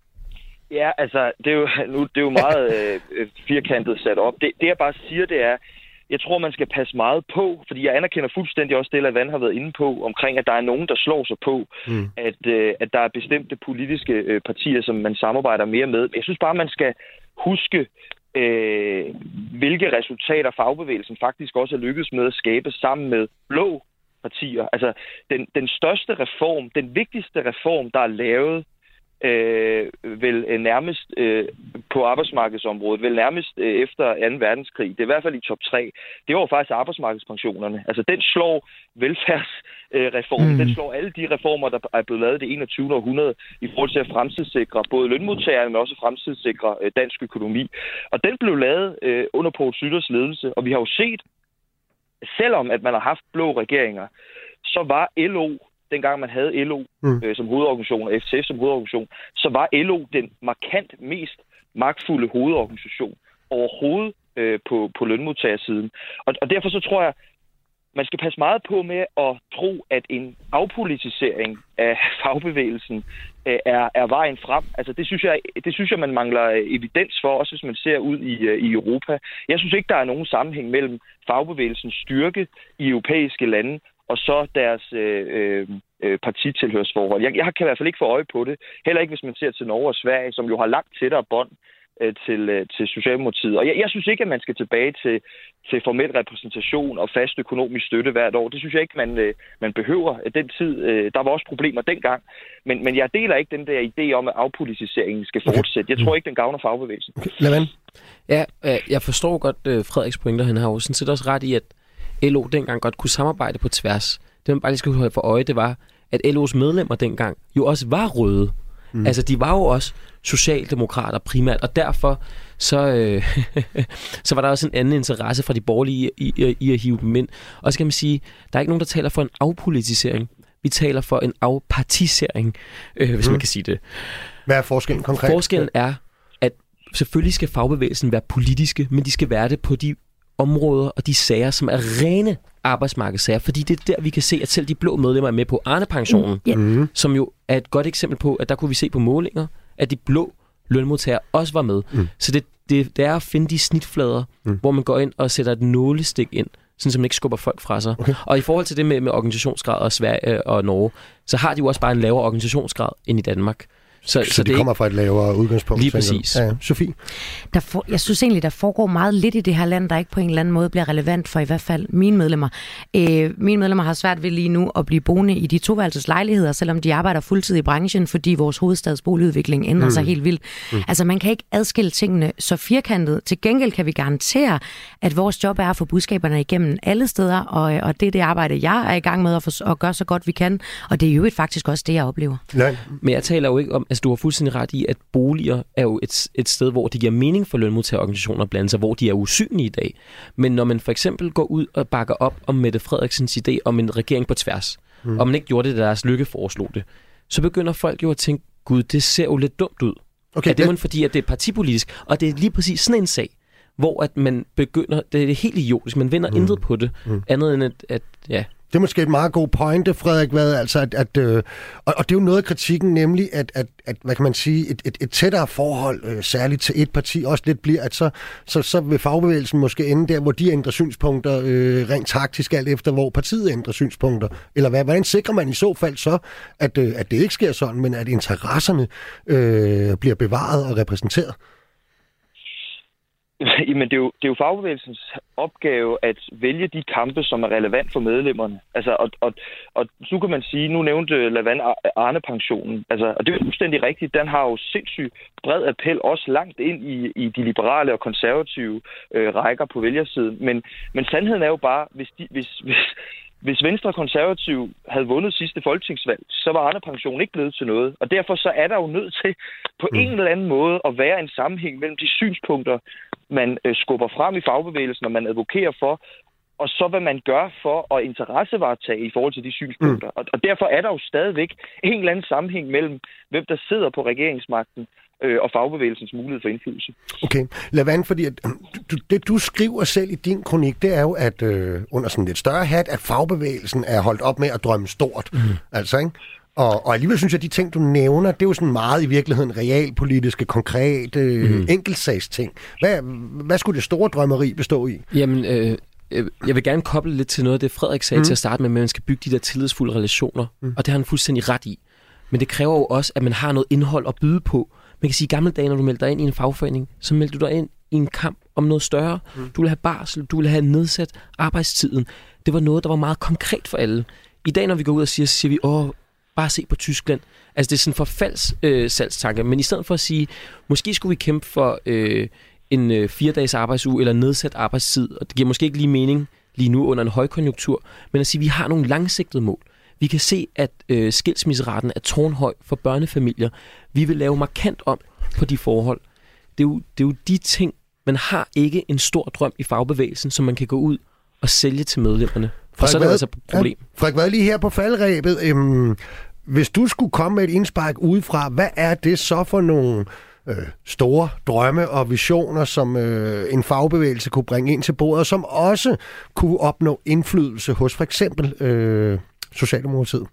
Ja, altså, det er jo, nu, det er jo meget øh, firkantet sat op. Det, det, jeg bare siger, det er, jeg tror, man skal passe meget på, fordi jeg anerkender fuldstændig også det, at Van har været inde på, omkring, at der er nogen, der slår sig på, mm. at, øh, at der er bestemte politiske øh, partier, som man samarbejder mere med. Jeg synes bare, man skal huske, øh, hvilke resultater fagbevægelsen faktisk også er lykkedes med at skabe sammen med blå partier. Altså, den, den største reform, den vigtigste reform, der er lavet øh, vel øh, nærmest øh, på arbejdsmarkedsområdet, vel nærmest øh, efter anden verdenskrig. Det er i hvert fald i top tre. Det var faktisk arbejdsmarkedspensionerne. Altså, den slår velfærdsreformen. Øh, mm. Den slår alle de reformer, der er blevet lavet i det enogtyvende århundrede i forhold til at fremtidssikre både lønmodtagerne, men også fremtidssikre øh, dansk økonomi. Og den blev lavet øh, under Poul Schlüters ledelse. Og vi har jo set, selvom at man har haft blå regeringer, så var L O, dengang man havde L O mm. øh, som hovedorganisation og F T F som hovedorganisation, så var L O den markant mest magtfulde hovedorganisation overhovedet øh, på, på lønmodtagersiden. Og, og derfor så tror jeg, man skal passe meget på med at tro, at en afpolitisering af fagbevægelsen øh, er, er vejen frem. Altså det synes jeg, det synes jeg man mangler evidens for, også hvis man ser ud i, i Europa. Jeg synes ikke, der er nogen sammenhæng mellem fagbevægelsens styrke i europæiske lande og så deres øh, øh, partitilhørsforhold. Jeg, jeg kan i hvert fald ikke få øje på det. Heller ikke, hvis man ser til Norge og Sverige, som jo har langt tættere bånd øh, til, øh, til Socialdemokratiet. Og jeg, jeg synes ikke, at man skal tilbage til, til formel repræsentation og fast økonomisk støtte hvert år. Det synes jeg ikke, man, øh, man behøver. Den tid, øh, der var også problemer dengang. Men, men jeg deler ikke den der idé om, at afpolitiseringen skal fortsætte. Jeg tror ikke, den gavner fagbevægelsen. Okay. Ja, øh, jeg forstår godt øh, Frederiks pointer. Han har jo sådan set også ret i, at L O dengang godt kunne samarbejde på tværs. Det man bare lige skulle have for øje, det var, at L O's medlemmer dengang jo også var røde. Mm. Altså, de var jo også socialdemokrater primært, og derfor så, øh, så var der også en anden interesse fra de borgerlige i, i, i at hive dem ind. Og så kan man sige, der er ikke nogen, der taler for en afpolitisering. Vi taler for en afpartisering, øh, hvis mm. man kan sige det. Hvad er forskellen konkret? Forskellen er, at selvfølgelig skal fagbevægelsen være politiske, men de skal være det på de områder og de sager, som er rene arbejdsmarkedssager, fordi det er der, vi kan se, at selv de blå medlemmer er med på Arne-pensionen, mm. Yeah. som jo er et godt eksempel på, at der kunne vi se på målinger, at de blå lønmodtagere også var med. Mm. Så det, det, det er at finde de snitflader, mm. hvor man går ind og sætter et nålestik ind, sådan så man ikke skubber folk fra sig. Okay. Og i forhold til det med, med organisationsgrad og Sverige og Norge, så har de jo også bare en lavere organisationsgrad end i Danmark. Så, så, så det kommer fra et lavere udgangspunkt. Lige præcis. Ja, ja. Sofie? Der for, jeg synes egentlig, der foregår meget lidt i det her land, der ikke på en eller anden måde bliver relevant for i hvert fald mine medlemmer. Øh, mine medlemmer har svært ved lige nu at blive boende i de toværelseslejligheder, selvom de arbejder fuldtid i branchen, fordi vores hovedstads boligudvikling ændrer mm. sig helt vildt. Mm. Altså man kan ikke adskille tingene så firkantet. Til gengæld kan vi garantere, at vores job er at få budskaberne igennem alle steder, og, og det er det arbejde, jeg er i gang med at, for, at gøre så godt vi kan, og det er jo faktisk også det, jeg oplever. Nej. Men jeg taler jo ikke om, altså du har fuldstændig ret i, at boliger er jo et, et sted, hvor det giver mening for lønmodtagerorganisationer at blande sig, hvor de er usynlige i dag. Men når man for eksempel går ud og bakker op om Mette Frederiksens idé om en regering på tværs, mm. og man ikke gjorde det, da deres Lykke foreslog det, så begynder folk jo at tænke, gud, det ser jo lidt dumt ud. Okay, er det man fordi, at det er partipolitisk? Og det er lige præcis sådan en sag, hvor at man begynder, det er helt idiotisk, man vinder mm. intet på det, mm. andet end at, at ja... Det er måske et meget god pointe, Frederik, hvad, altså at, at øh, og, og det er jo noget af kritikken, nemlig at, at, at hvad kan man sige, et, et, et tættere forhold, øh, særligt til et parti, også lidt bliver, at så, så, så vil fagbevægelsen måske ende der, hvor de ændrer synspunkter øh, rent taktisk, alt efter hvor partiet ændrer synspunkter. Eller hvad, hvordan sikrer man i så fald så, at, øh, at det ikke sker sådan, men at interesserne øh, bliver bevaret og repræsenteret? Jamen, det er, jo, det er jo fagbevægelsens opgave at vælge de kampe, som er relevant for medlemmerne. Altså, og, og, og nu kan man sige, nu nævnte Lavand Arne-pensionen, altså, og det er jo fuldstændig rigtigt, den har jo sindssygt bred appel, også langt ind i, i de liberale og konservative øh, rækker på vælgersiden. Men, men sandheden er jo bare, hvis, de, hvis, hvis, hvis Venstre og Konservative havde vundet sidste folketingsvalg, så var Arne-pensionen ikke blevet til noget. Og derfor så er der jo nødt til på mm. en eller anden måde at være en sammenhæng mellem de synspunkter, man øh, skubber frem i fagbevægelsen, og man advokerer for, og så hvad man gør for at interessevaretage i forhold til de synspunkter. Mm. Og, og derfor er der jo stadigvæk en eller anden sammenhæng mellem, hvem der sidder på regeringsmagten, øh, og fagbevægelsens mulighed for indflydelse. Okay, Lavand, fordi at, du, det du skriver selv i din kronik, det er jo, at øh, under sådan lidt større hat, at fagbevægelsen er holdt op med at drømme stort. Mm. Altså, ikke? Og, og alligevel synes jeg, at de ting, du nævner, det er jo sådan meget i virkeligheden realpolitiske, konkrete, mm. enkeltsagsting. Hvad, hvad skulle det store drømmeri bestå i? Jamen, øh, jeg vil gerne koble lidt til noget af det, Frederik sagde mm. til at starte med, at man skal bygge de der tillidsfulde relationer, mm. og det har han fuldstændig ret i. Men det kræver jo også, at man har noget indhold at byde på. Man kan sige, at i gamle dage, når du meldte dig ind i en fagforening, så meldte du dig ind i en kamp om noget større. Mm. Du ville have barsel, du ville have nedsat arbejdstiden. Det var noget, der var meget konkret for alle. I dag, når vi går ud og siger, så siger vi, åh, bare se på Tyskland. Altså det er sådan en forfaldssalgstanke, øh, men i stedet for at sige, måske skulle vi kæmpe for øh, en øh, fire-dages arbejdsuge eller nedsat arbejdstid, og det giver måske ikke lige mening lige nu under en højkonjunktur, men at sige, at vi har nogle langsigtede mål. Vi kan se, at øh, skilsmisseraten er tårnhøj for børnefamilier. Vi vil lave markant om på de forhold. Det er jo, det er jo de ting, man har ikke en stor drøm i fagbevægelsen, som man kan gå ud og sælge til medlemmerne. For så er det altså et problem. Ja, Frederik Vad, lige her på faldrebet. Øhm, hvis du skulle komme med et indspark udefra, hvad er det så for nogle øh, store drømme og visioner, som øh, en fagbevægelse kunne bringe ind til bordet, og som også kunne opnå indflydelse hos for eksempel øh, Socialdemokratiet?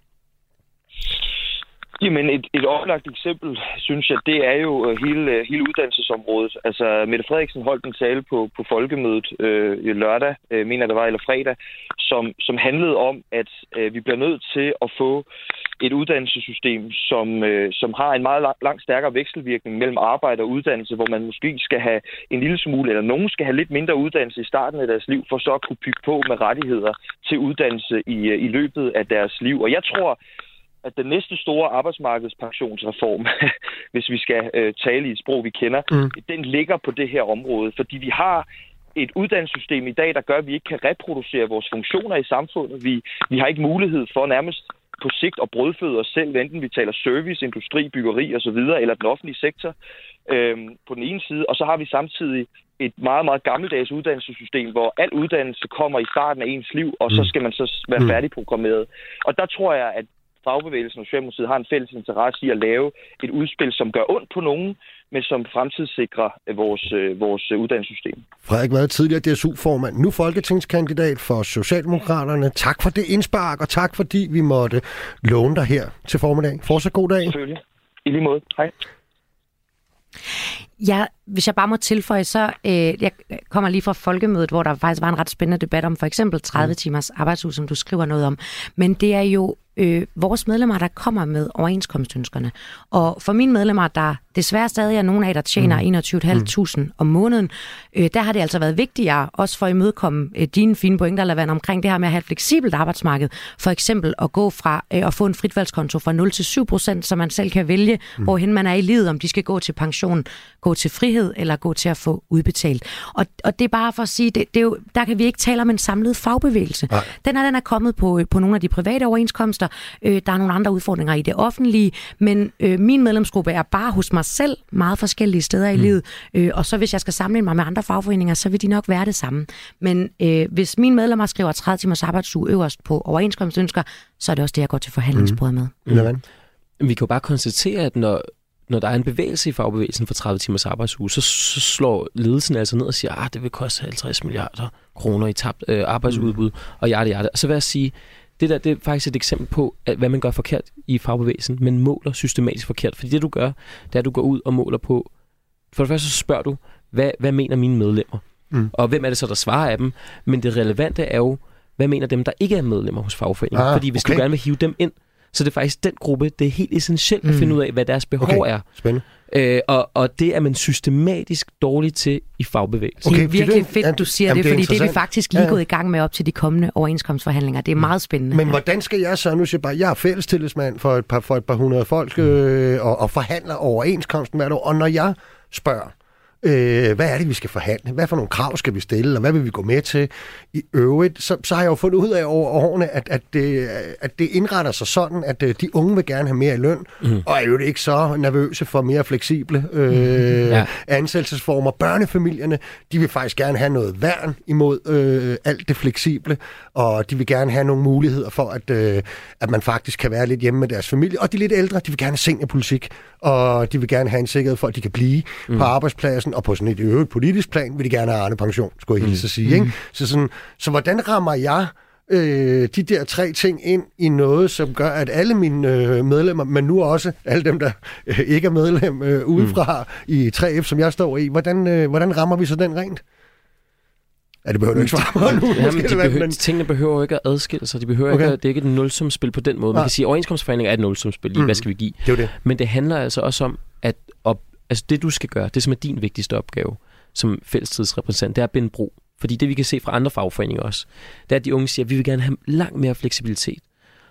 Jamen, et, et oplagt eksempel, synes jeg, det er jo hele, hele uddannelsesområdet. Altså, Mette Frederiksen holdt en tale på, på folkemødet øh, lørdag, øh, mener det var, eller fredag, som, som handlede om, at øh, vi bliver nødt til at få et uddannelsessystem, som, øh, som har en meget lang, langt stærkere vekselvirkning mellem arbejde og uddannelse, hvor man måske skal have en lille smule, eller nogen skal have lidt mindre uddannelse i starten af deres liv, for så at kunne bygge på med rettigheder til uddannelse i, i løbet af deres liv. Og jeg tror, at den næste store arbejdsmarkedspensionsreform, hvis vi skal øh, tale i et sprog, vi kender, mm. den ligger på det her område, fordi vi har et uddannelsessystem i dag, der gør, at vi ikke kan reproducere vores funktioner i samfundet. Vi, vi har ikke mulighed for nærmest på sigt at brødføde os selv, enten vi taler service, industri, byggeri osv., eller den offentlige sektor øhm, på den ene side, og så har vi samtidig et meget, meget gammeldags uddannelsessystem, hvor al uddannelse kommer i starten af ens liv, og så skal man så være færdigprogrammeret. Og der tror jeg, at fagbevægelsen og Socialdemokratiet har en fælles interesse i at lave et udspil, som gør ondt på nogen, men som fremtidssikrer vores, vores uddannelsessystem. Frederik Vad, tidligere D S U-formand, nu folketingskandidat for Socialdemokraterne. Tak for det indspark, og tak fordi vi måtte låne dig her til formiddag. Fortsat god dag. Selvfølgelig. I lige måde. Hej. Ja, hvis jeg bare må tilføje, så øh, jeg kommer lige fra folkemødet, hvor der faktisk var en ret spændende debat om for eksempel tredive timers arbejdsuge, som du skriver noget om. Men det er jo øh, vores medlemmer, der kommer med overenskomstønskerne. Og for mine medlemmer, der desværre stadig er nogle af, der tjener mm. enogtyve tusind fem hundrede om måneden, øh, der har det altså været vigtigere, også for at imødekomme øh, dine fine pointer, Lavand, omkring det her med at have et fleksibelt arbejdsmarked. For eksempel at gå fra øh, at få en fritvalgskonto fra nul til syv procent, så man selv kan vælge, mm. hvorhen man er i livet, om de skal gå til pension, gå til frihed eller gå til at få udbetalt. Og, og det er bare for at sige, det, det er jo, der kan vi ikke tale om en samlet fagbevægelse. Nej. Den er, den er kommet på, på nogle af de private overenskomster. Øh, der er nogle andre udfordringer i det offentlige, men øh, min medlemsgruppe er bare hos mig selv meget forskellige steder i mm. livet. Øh, og så hvis jeg skal sammenligne mig med andre fagforeninger, så vil de nok være det samme. Men øh, hvis mine medlemmer skriver tredive timers arbejdsuge øverst på overenskomstønsker, så er det også det, jeg går til forhandlingsbordet med. Mm. Mm. Vi kan jo bare konstatere, at når Når der er en bevægelse i fagbevægelsen for tredive timers arbejdsuge, så, så slår ledelsen altså ned og siger, at det vil koste halvtreds milliarder kroner i tabt øh, arbejdsudbud, mm. og ja, det er det. Og så vil jeg sige, det der det er faktisk et eksempel på, at, hvad man gør forkert i fagbevægelsen, men måler systematisk forkert. Fordi det du gør, det er, at du går ud og måler på, for det første så spørger du, hvad, hvad mener mine medlemmer? Mm. Og hvem er det så, der svarer af dem? Men det relevante er jo, hvad mener dem, der ikke er medlemmer hos fagforeningen? Ah, fordi hvis okay. du gerne vil hive dem ind, så det er faktisk den gruppe, det er helt essentielt mm. at finde ud af, hvad deres behov okay. er. Spændende. Øh, og, og det er man systematisk dårligt til i fagbevægelsen. Okay, det er virkelig det, fedt, du siger jamen, det, fordi det er vi faktisk lige ja. gået i gang med op til de kommende overenskomstforhandlinger. Det er meget spændende. Men hvordan skal jeg så, nu siger jeg bare, jeg er fællestillidsmand for et par, for et par hundrede folk øh, og, og forhandler overenskomsten hvert år, og når jeg spørger, Øh, hvad er det, vi skal forhandle? Hvad for nogle krav skal vi stille, og hvad vil vi gå med til? I øvrigt, så, så har jeg jo fundet ud af over årene, at, at, det, at det indretter sig sådan, at de unge vil gerne have mere i løn, mm. og er jo ikke så nervøse for mere fleksible øh, ja. ansættelsesformer. Børnefamilierne, de vil faktisk gerne have noget værn imod øh, alt det fleksible, og de vil gerne have nogle muligheder for, at, øh, at man faktisk kan være lidt hjemme med deres familie. Og de lidt ældre, de vil gerne have seniorpolitik, og de vil gerne have en sikkerhed for, at de kan blive mm. på arbejdspladsen, og på sådan et øvrigt politisk plan vil de gerne have Arne-pension, skulle jeg hilse at sige. Ikke? Så, sådan, så hvordan rammer jeg øh, de der tre ting ind i noget, som gør, at alle mine øh, medlemmer, men nu også alle dem, der øh, ikke er medlem øh, udefra mm. i tre F, som jeg står i, hvordan, øh, hvordan rammer vi så den rent? Ja, det behøver du ikke svare på nu. Jamen, de behøver, men... Tingene behøver ikke at adskille sig. De behøver okay. ikke at, det er ikke et nulsumspil på den måde. Man ja. kan sige, at overenskomstforhandlinger er et nulsumspil. Mm. Hvad skal vi give? Det er det. Men det handler altså også om, at op, altså det du skal gøre, det som er din vigtigste opgave som fællestidsrepræsentant, det er at binde bro. Fordi det vi kan se fra andre fagforeninger også, det er, at de unge siger, at vi vil gerne have langt mere fleksibilitet.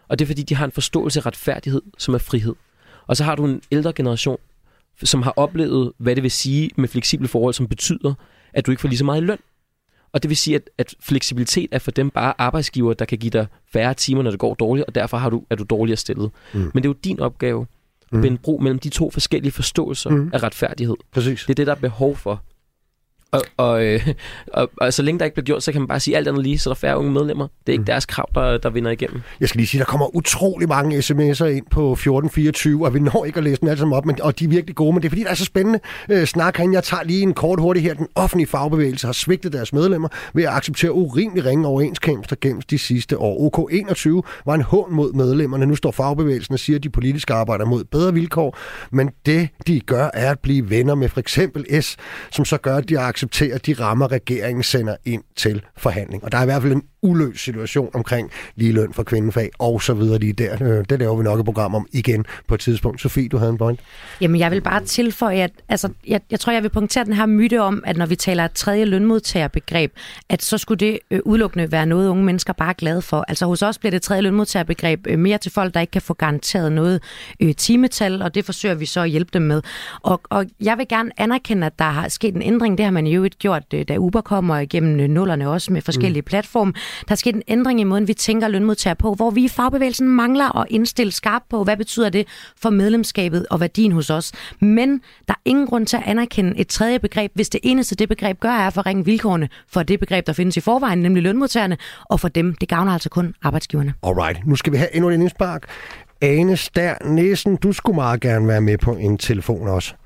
Og det er fordi, de har en forståelse af retfærdighed, som er frihed. Og så har du en ældre generation, som har oplevet, hvad det vil sige med fleksible forhold, som betyder, at du ikke får lige så meget i løn. Og det vil sige, at, at fleksibilitet er for dem bare arbejdsgiver, der kan give dig færre timer, når det går dårligt, og derfor har du, er du dårligere stillet. Mm. Men det er jo din opgave at binde bro mellem de to forskellige forståelser mm. af retfærdighed. Præcis. Det er det, der er behov for. Og, og, øh, og, og så længe der ikke bliver gjort, så kan man bare sige alt andet lige, så der er færre unge medlemmer. Det er ikke mm. deres krav, der, der vinder igennem. Jeg skal lige sige, der kommer utrolig mange sms'er ind på fjorten fireogtyve, og vi når ikke at læse dem alle sammen op, men, og de er virkelig gode, men det er fordi, der er så spændende øh, snak herinde. Jeg tager lige en kort hurtig her. Den offentlige fagbevægelse har svigtet deres medlemmer ved at acceptere urimelig ringe overenskomster gennem de sidste år. O K enogtyve var en hån mod medlemmerne. Nu står fagbevægelsen og siger, at de politiske arbejder mod bedre vilkår, men det, de gør, er at blive venner med for eksempel S, som så gør, at de accepterer de rammer, regeringen sender ind til forhandling. Og der er i hvert fald en uløst situation omkring ligeløn for kvindefag og så videre lige der. Det laver vi nok et program om igen på et tidspunkt. Sofie, du havde en point. Jamen, jeg vil bare tilføje, at altså, jeg, jeg tror, jeg vil punktere den her myte om, at når vi taler et tredje lønmodtagerbegreb, at så skulle det øh, udelukkende være noget, unge mennesker bare er glade for. Altså hos os bliver det tredje lønmodtagerbegreb øh, mere til folk, der ikke kan få garanteret noget øh, timetal, og det forsøger vi så at hjælpe dem med. Og, og jeg vil gerne anerkende, at der har sket en ændring. Det har man jo gjort, øh, da Uber kommer igennem øh, nullerne også med forskellige mm. platforme. Der er sket en ændring i måden, vi tænker lønmodtager på, hvor vi i fagbevægelsen mangler at indstille skarpt på, hvad betyder det for medlemskabet og værdien hos os. Men der er ingen grund til at anerkende et tredje begreb, hvis det eneste, det begreb gør, er at forringe vilkårene for det begreb, der findes i forvejen, nemlig lønmodtagerne, og for dem, det gavner altså kun arbejdsgiverne. Alright, nu skal vi have endnu en indspark. Ane Stær Nielsen, du skulle meget gerne være med på en telefon også.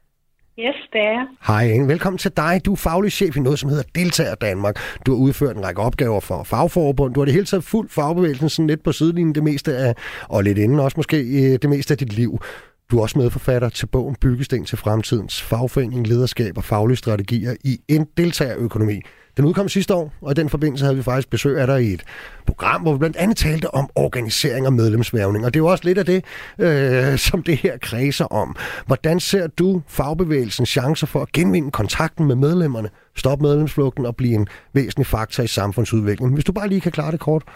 Yes, det er jeg. Hej Ane, velkommen til dig. Du er faglig chef i noget, som hedder Deltager Danmark. Du har udført en række opgaver for fagforbund. Du har det hele taget fuldt fagbevægelsen sådan lidt på sidelinjen det meste af, og lidt inden også måske det meste af dit liv. Du er også medforfatter til bogen Byggesten til fremtidens fagforening, lederskab og faglige strategier i en deltagerøkonomi. Den udkom sidste år, og i den forbindelse havde vi faktisk besøg af dig i et program, hvor vi blandt andet talte om organisering og medlemsværvning. Og det er jo også lidt af det, øh, som det her kredser om. Hvordan ser du fagbevægelsens chancer for at genvinde kontakten med medlemmerne, stoppe medlemsflugten og blive en væsentlig faktor i samfundsudviklingen? Hvis du bare lige kan klare det kort.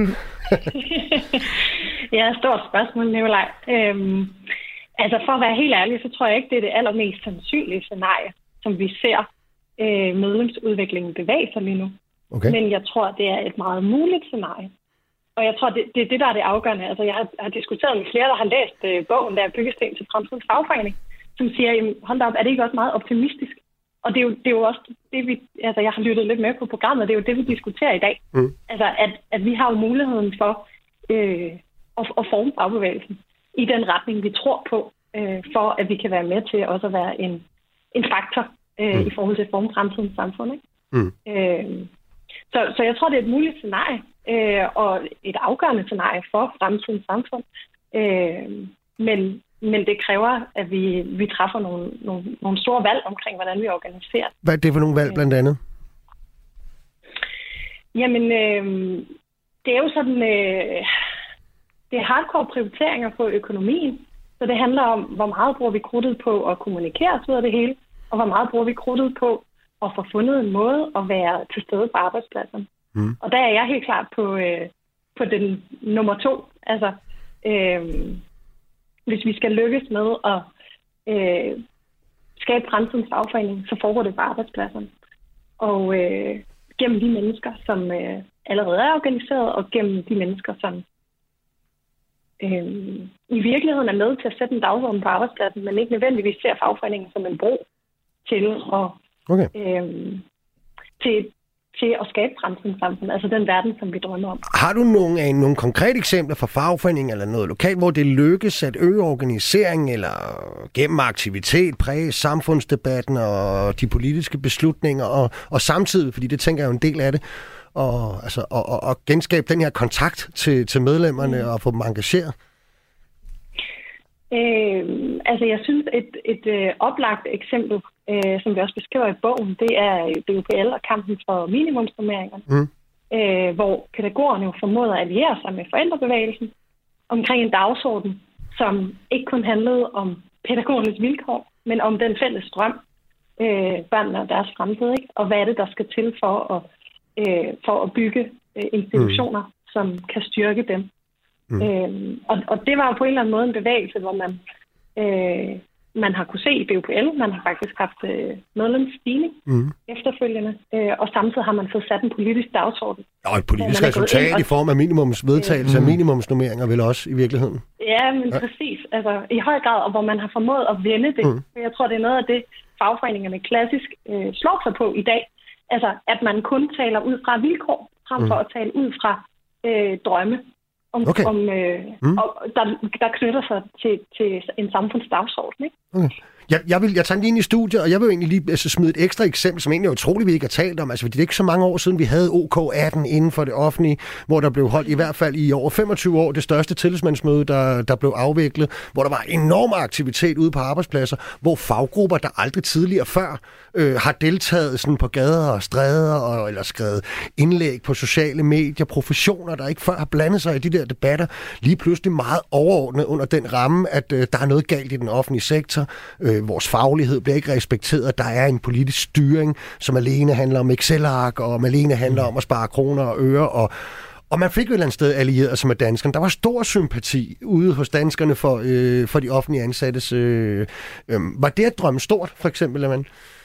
Ja, stort spørgsmål, Nicolaj. Øhm, altså for at være helt ærlig, så tror jeg ikke, det er det allermest sandsynlige scenarie, som vi ser øh, medlemsudviklingen bevæge sig lige nu. Okay. Men jeg tror, det er et meget muligt scenarie. Og jeg tror, det, det er det, der er det afgørende. Altså, jeg har, har diskuteret med flere, der har læst øh, bogen, der er Byggesten til fremtidens fagforening, som siger, jamen, hold da op, er det ikke også meget optimistisk? Og det er jo, det er jo også det, vi... Altså, jeg har lyttet lidt med på programmet, det er jo det, vi diskuterer i dag. Mm. Altså, at, at vi har jo muligheden for øh, at, at forme fagbevægelsen i den retning, vi tror på, øh, for at vi kan være med til også at være en, en faktor øh, mm. i forhold til at forme fremtidens samfund. Ikke? Mm. Øh, så, så jeg tror, det er et muligt scenarie, øh, og et afgørende scenarie for fremtidens samfund. Øh, men, men det kræver, at vi, vi træffer nogle, nogle, nogle store valg omkring, hvordan vi organiserer. Hvad er det for nogle valg blandt andet? Jamen, øh, det er jo sådan... Øh, det er hardcore prioriteringer på økonomien, så det handler om, hvor meget bruger vi krudtet på at kommunikere os ud af det hele, og hvor meget bruger vi krudtet på at få fundet en måde at være til stede på arbejdspladsen. Mm. Og der er jeg helt klart på, øh, på den nummer to. Altså, øh, hvis vi skal lykkes med at øh, skabe fremtidens fagforening, så foregår det på arbejdspladsen. Og øh, gennem de mennesker, som øh, allerede er organiseret, og gennem de mennesker, som Øhm, i virkeligheden er med til at sætte en dagsorden på arbejdspladsen, men ikke nødvendigvis ser fagforeningen som en bro til at, okay. øhm, til, til at skabe fremtidens samfund, altså den verden, som vi drømmer om. Har du nogle, nogle konkrete eksempler fra fagforeningen eller noget lokalt, hvor det lykkes at øge organisering eller gennem aktivitet, præge samfundsdebatten og de politiske beslutninger, og, og samtidig, fordi det tænker jeg jo en del af det, og, altså, og, og, og genskabe den her kontakt til, til medlemmerne mm. og få dem engageret? Øh, altså, jeg synes, et, et øh, oplagt eksempel, øh, som vi også beskriver i bogen, det er B U P L og kampen for minimumsnormeringer, mm. øh, hvor pædagogerne jo formåede at alliere sig med forældrebevægelsen omkring en dagsorden, som ikke kun handlede om pædagogernes vilkår, men om den fælles drøm, øh, børnene og deres fremtid, ikke? Og hvad er det, der skal til for at for at bygge institutioner, mm. som kan styrke dem. Mm. Øhm, og, og det var jo på en eller anden måde en bevægelse, hvor man, øh, man har kunne se i B U P L, man har faktisk haft øh, medlemsstigning mm. efterfølgende, øh, og samtidig har man så sat en politisk dagsorden. Og et politisk resultat og... i form af minimumsvedtagelse øh, af minimumsnormeringer vel også i virkeligheden? Ja, men ja. præcis. Altså i høj grad, og hvor man har formået at vende det. Mm. Jeg tror, det er noget af det, fagforeningerne klassisk øh, slår sig på i dag. Altså, at man kun taler ud fra vilkår, frem for mm. at tale ud fra øh, drømme, om, okay. om, øh, mm. og, der, der knytter sig til, til en samfundsdagsorden, ikke? Okay. Jeg, jeg, vil, jeg tager lige ind i studiet, og jeg vil egentlig lige altså, smide et ekstra eksempel, som egentlig er utroligt, vi ikke har talt om. Altså, det er ikke så mange år siden, vi havde O K atten inden for det offentlige, hvor der blev holdt i hvert fald i over femogtyve år det største tillidsmandsmøde, der, der blev afviklet, hvor der var enorm aktivitet ude på arbejdspladser, hvor faggrupper, der aldrig tidligere før øh, har deltaget sådan på gader og stræder, og, eller skrevet indlæg på sociale medier, professioner, der ikke før har blandet sig i de der debatter, lige pludselig meget overordnet under den ramme, at øh, der er noget galt i den offentlige sektor. Øh, Vores faglighed bliver ikke respekteret. Der er en politisk styring, som alene handler om Excel-ark, og alene handler om at spare kroner og øre. Og, og man fik jo et eller andet sted allieret sig med danskerne. Der var stor sympati ude hos danskerne for, øh, for de offentlige ansattes. Øh, øh, var det at drømme stort, for eksempel, eller man?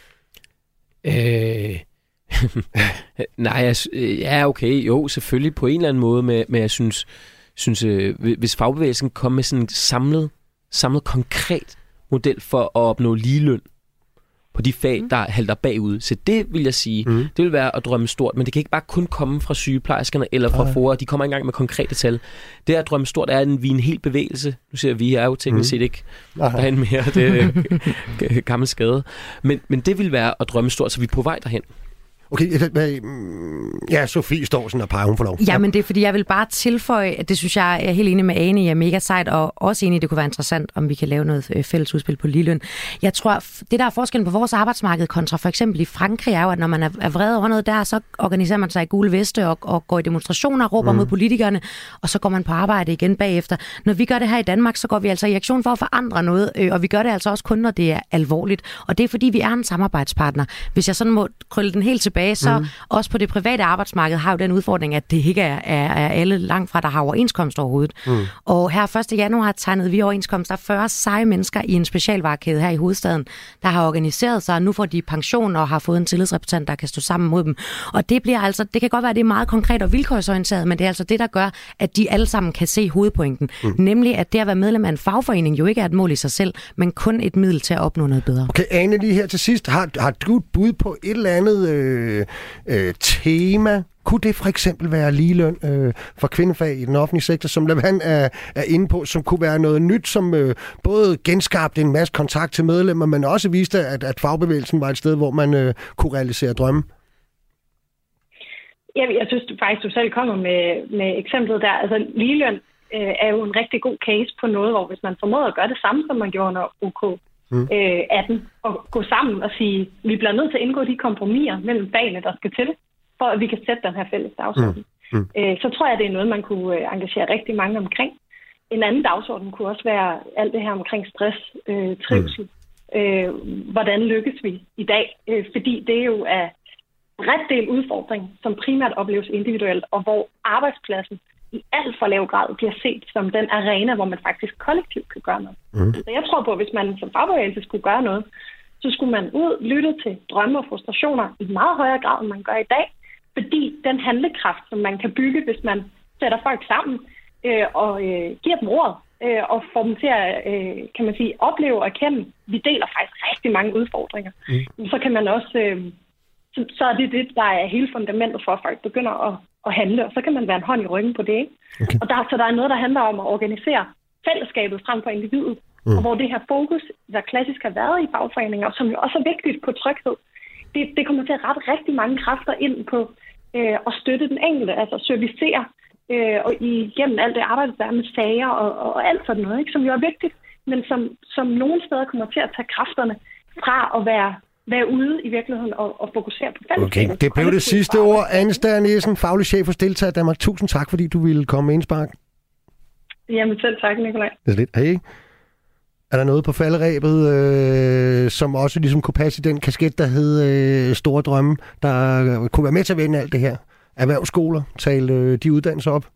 Øh... Nej, jeg, ja, okay. Jo, selvfølgelig på en eller anden måde, men, men jeg synes, synes øh, hvis fagbevægelsen kom med sådan en samlet, samlet konkret model for at opnå ligeløn på de fag, mm. der halter bagud. Så det vil jeg sige, mm. det vil være at drømme stort, men det kan ikke bare kun komme fra sygeplejerskerne eller fra okay. FOA. De kommer ikke engang med konkrete tal. Det at drømme stort er, at vi er en hel bevægelse. Nu siger vi, er jo teknisk set ikke derhen mere. Det er gammel skade. Men, men det vil være at drømme stort, så vi er på vej derhen. Okay, ja, Sofie står sådan og peger, hun får lov. Ja, men det er, fordi jeg vil bare tilføje, at det synes jeg, jeg er helt enig med Ane, jeg er mega sejt, og også enig, det kunne være interessant, om vi kan lave noget fælles udspil på ligeløn. Jeg tror, det der er forskellen på vores arbejdsmarked kontra for eksempel i Frankrig er jo, at når man er vred over noget der, så organiserer man sig i gule veste og, og går i demonstrationer og råber mm. mod politikerne, og så går man på arbejde igen bagefter. Når vi gør det her i Danmark, så går vi altså i aktion for at forandre noget, og vi gør det altså også kun, når det er alvorligt. Og det er fordi, vi er en samarbejdspartner. Hvis jeg sådan må krølle den helt tilbage, så mm. også på det private arbejdsmarked har jo den udfordring, at det ikke er, er, er alle langt fra, der har overenskomst overhovedet. Mm. Og her første januar tegnede vi overenskomst. Der er fyrre seje mennesker i en specialvarekæde her i hovedstaden, der har organiseret sig, og nu får de pension og har fået en tillidsrepræsentant, der kan stå sammen mod dem. Og det bliver altså, det kan godt være, at det er meget konkret og vilkårsorienteret, men det er altså det, der gør, at de alle sammen kan se hovedpointen. Mm. Nemlig, at det at være medlem af en fagforening jo ikke er et mål i sig selv, men kun et middel til at opnå noget bedre. Okay, Ane, lige her til sidst. Har, har du et bud på et eller andet øh, øh, tema? Kunne det for eksempel være ligeløn øh, for kvindefag i den offentlige sektor, som Lavan er, er inde på, som kunne være noget nyt, som øh, både genskabte en masse kontakt til medlemmer, men også viste, at, at fagbevægelsen var et sted, hvor man øh, kunne realisere drømme? Ja, jeg synes faktisk, du selv kommer med, med eksemplet der. Altså ligeløn øh, er jo en rigtig god case på noget, hvor hvis man formåede at gøre det samme, som man gjorde under O K atten, og gå sammen og sige, vi bliver nødt til at indgå de kompromiser mellem fagene, der skal til, for at vi kan sætte den her fælles dagsorden. Mm. Mm. Øh, så tror jeg, det er noget, man kunne engagere rigtig mange omkring. En anden dagsorden kunne også være alt det her omkring stress, øh, trivsel. Mm. Øh, hvordan lykkes vi i dag? Øh, fordi det er jo af ret del udfordring, som primært opleves individuelt, og hvor arbejdspladsen i alt for lav grad bliver set som den arena, hvor man faktisk kollektivt kan gøre noget. Mm. Så jeg tror på, at hvis man som fagbevægelse skulle gøre noget, så skulle man ud lytte til drømme og frustrationer i meget højere grad, end man gør i dag. Fordi den handlekraft, som man kan bygge, hvis man sætter folk sammen øh, og øh, giver dem ord, øh, og får dem til at øh, kan man sige, opleve og erkende, vi deler faktisk rigtig mange udfordringer. Mm. Så kan man også, øh, så, så er det det, der er hele fundamentet for, at folk begynder at, at handle, og så kan man være en hånd i ryggen på det. Ikke? Okay. Og der, så der er noget, der handler om at organisere fællesskabet frem for individet, mm. og hvor det her fokus, der klassisk har været i fagforeninger, som jo også er vigtigt på tryghed, det, det kommer til at rette rigtig mange kræfter ind på øh, at støtte den enkelte, altså servicere øh, og igennem alt det arbejde, der er med sager og, og, og alt sådan noget, ikke? Som jo er vigtigt, men som, som nogle steder kommer til at tage kræfterne fra at være, være ude i virkeligheden og, og fokusere på fællesskabet. Okay, det blev det sidste ord. Ane Stæhr Nielsen, faglig chef hos Delta i Danmark. Tusind tak, fordi du ville komme med indspark. Jamen selv tak, Nikolaj. Det er lidt. Hej. Er der noget på falderæbet, øh, som også ligesom kunne passe i den kasket, der hed øh, Store Drømme, der kunne være med til at vende alt det her? Erhvervsskoler, tale øh, de uddannelser op?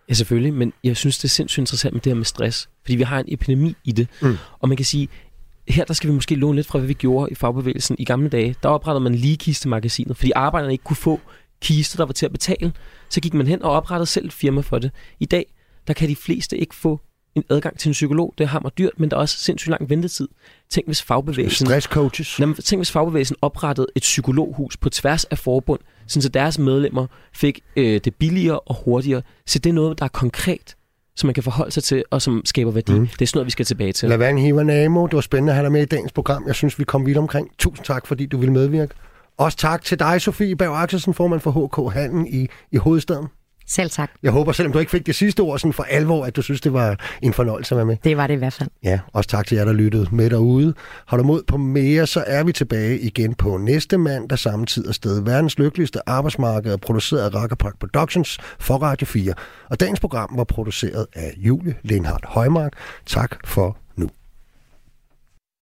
Ja, selvfølgelig, men jeg synes, det er sindssygt interessant med det her med stress, fordi vi har en epidemi i det, mm. og man kan sige, her der skal vi måske låne lidt fra, hvad vi gjorde i fagbevægelsen i gamle dage. Der oprettede man Ligekistemagasinet, fordi arbejderne ikke kunne få kister, der var til at betale. Så gik man hen og oprettede selv et firma for det. I dag, der kan de fleste ikke få en adgang til en psykolog. Det er hammer dyrt, men der er også sindssygt lang ventetid. Tænk hvis fagbevægelsen... Stresscoaches. Tænk hvis fagbevægelsen oprettede et psykologhus på tværs af forbund, så deres medlemmer fik øh, det billigere og hurtigere. Så det er noget, der er konkret, som man kan forholde sig til, og som skaber værdi. Mm. Det er sådan noget, vi skal tilbage til. Lavan Hivanamo, det var spændende at have dig med i dagens program. Jeg synes, vi kom vidt omkring. Tusind tak, fordi du ville medvirke. Også tak til dig, Sofie Berg Axelsen, formand for H K Handel i, i hovedstaden. Selv tak. Jeg håber, selvom du ikke fik det sidste ord sådan for alvor, at du synes, det var en fornøjelse at være med. Det var det i hvert fald. Ja, også tak til jer, der lyttede med derude. Har du mod på mere, så er vi tilbage igen på næste mandag samme tid og sted. Verdens lykkeligste arbejdsmarked er produceret af Rakkerpark Productions for Radio fire. Og dagens program var produceret af Julie Lindhardt Højmark. Tak for nu.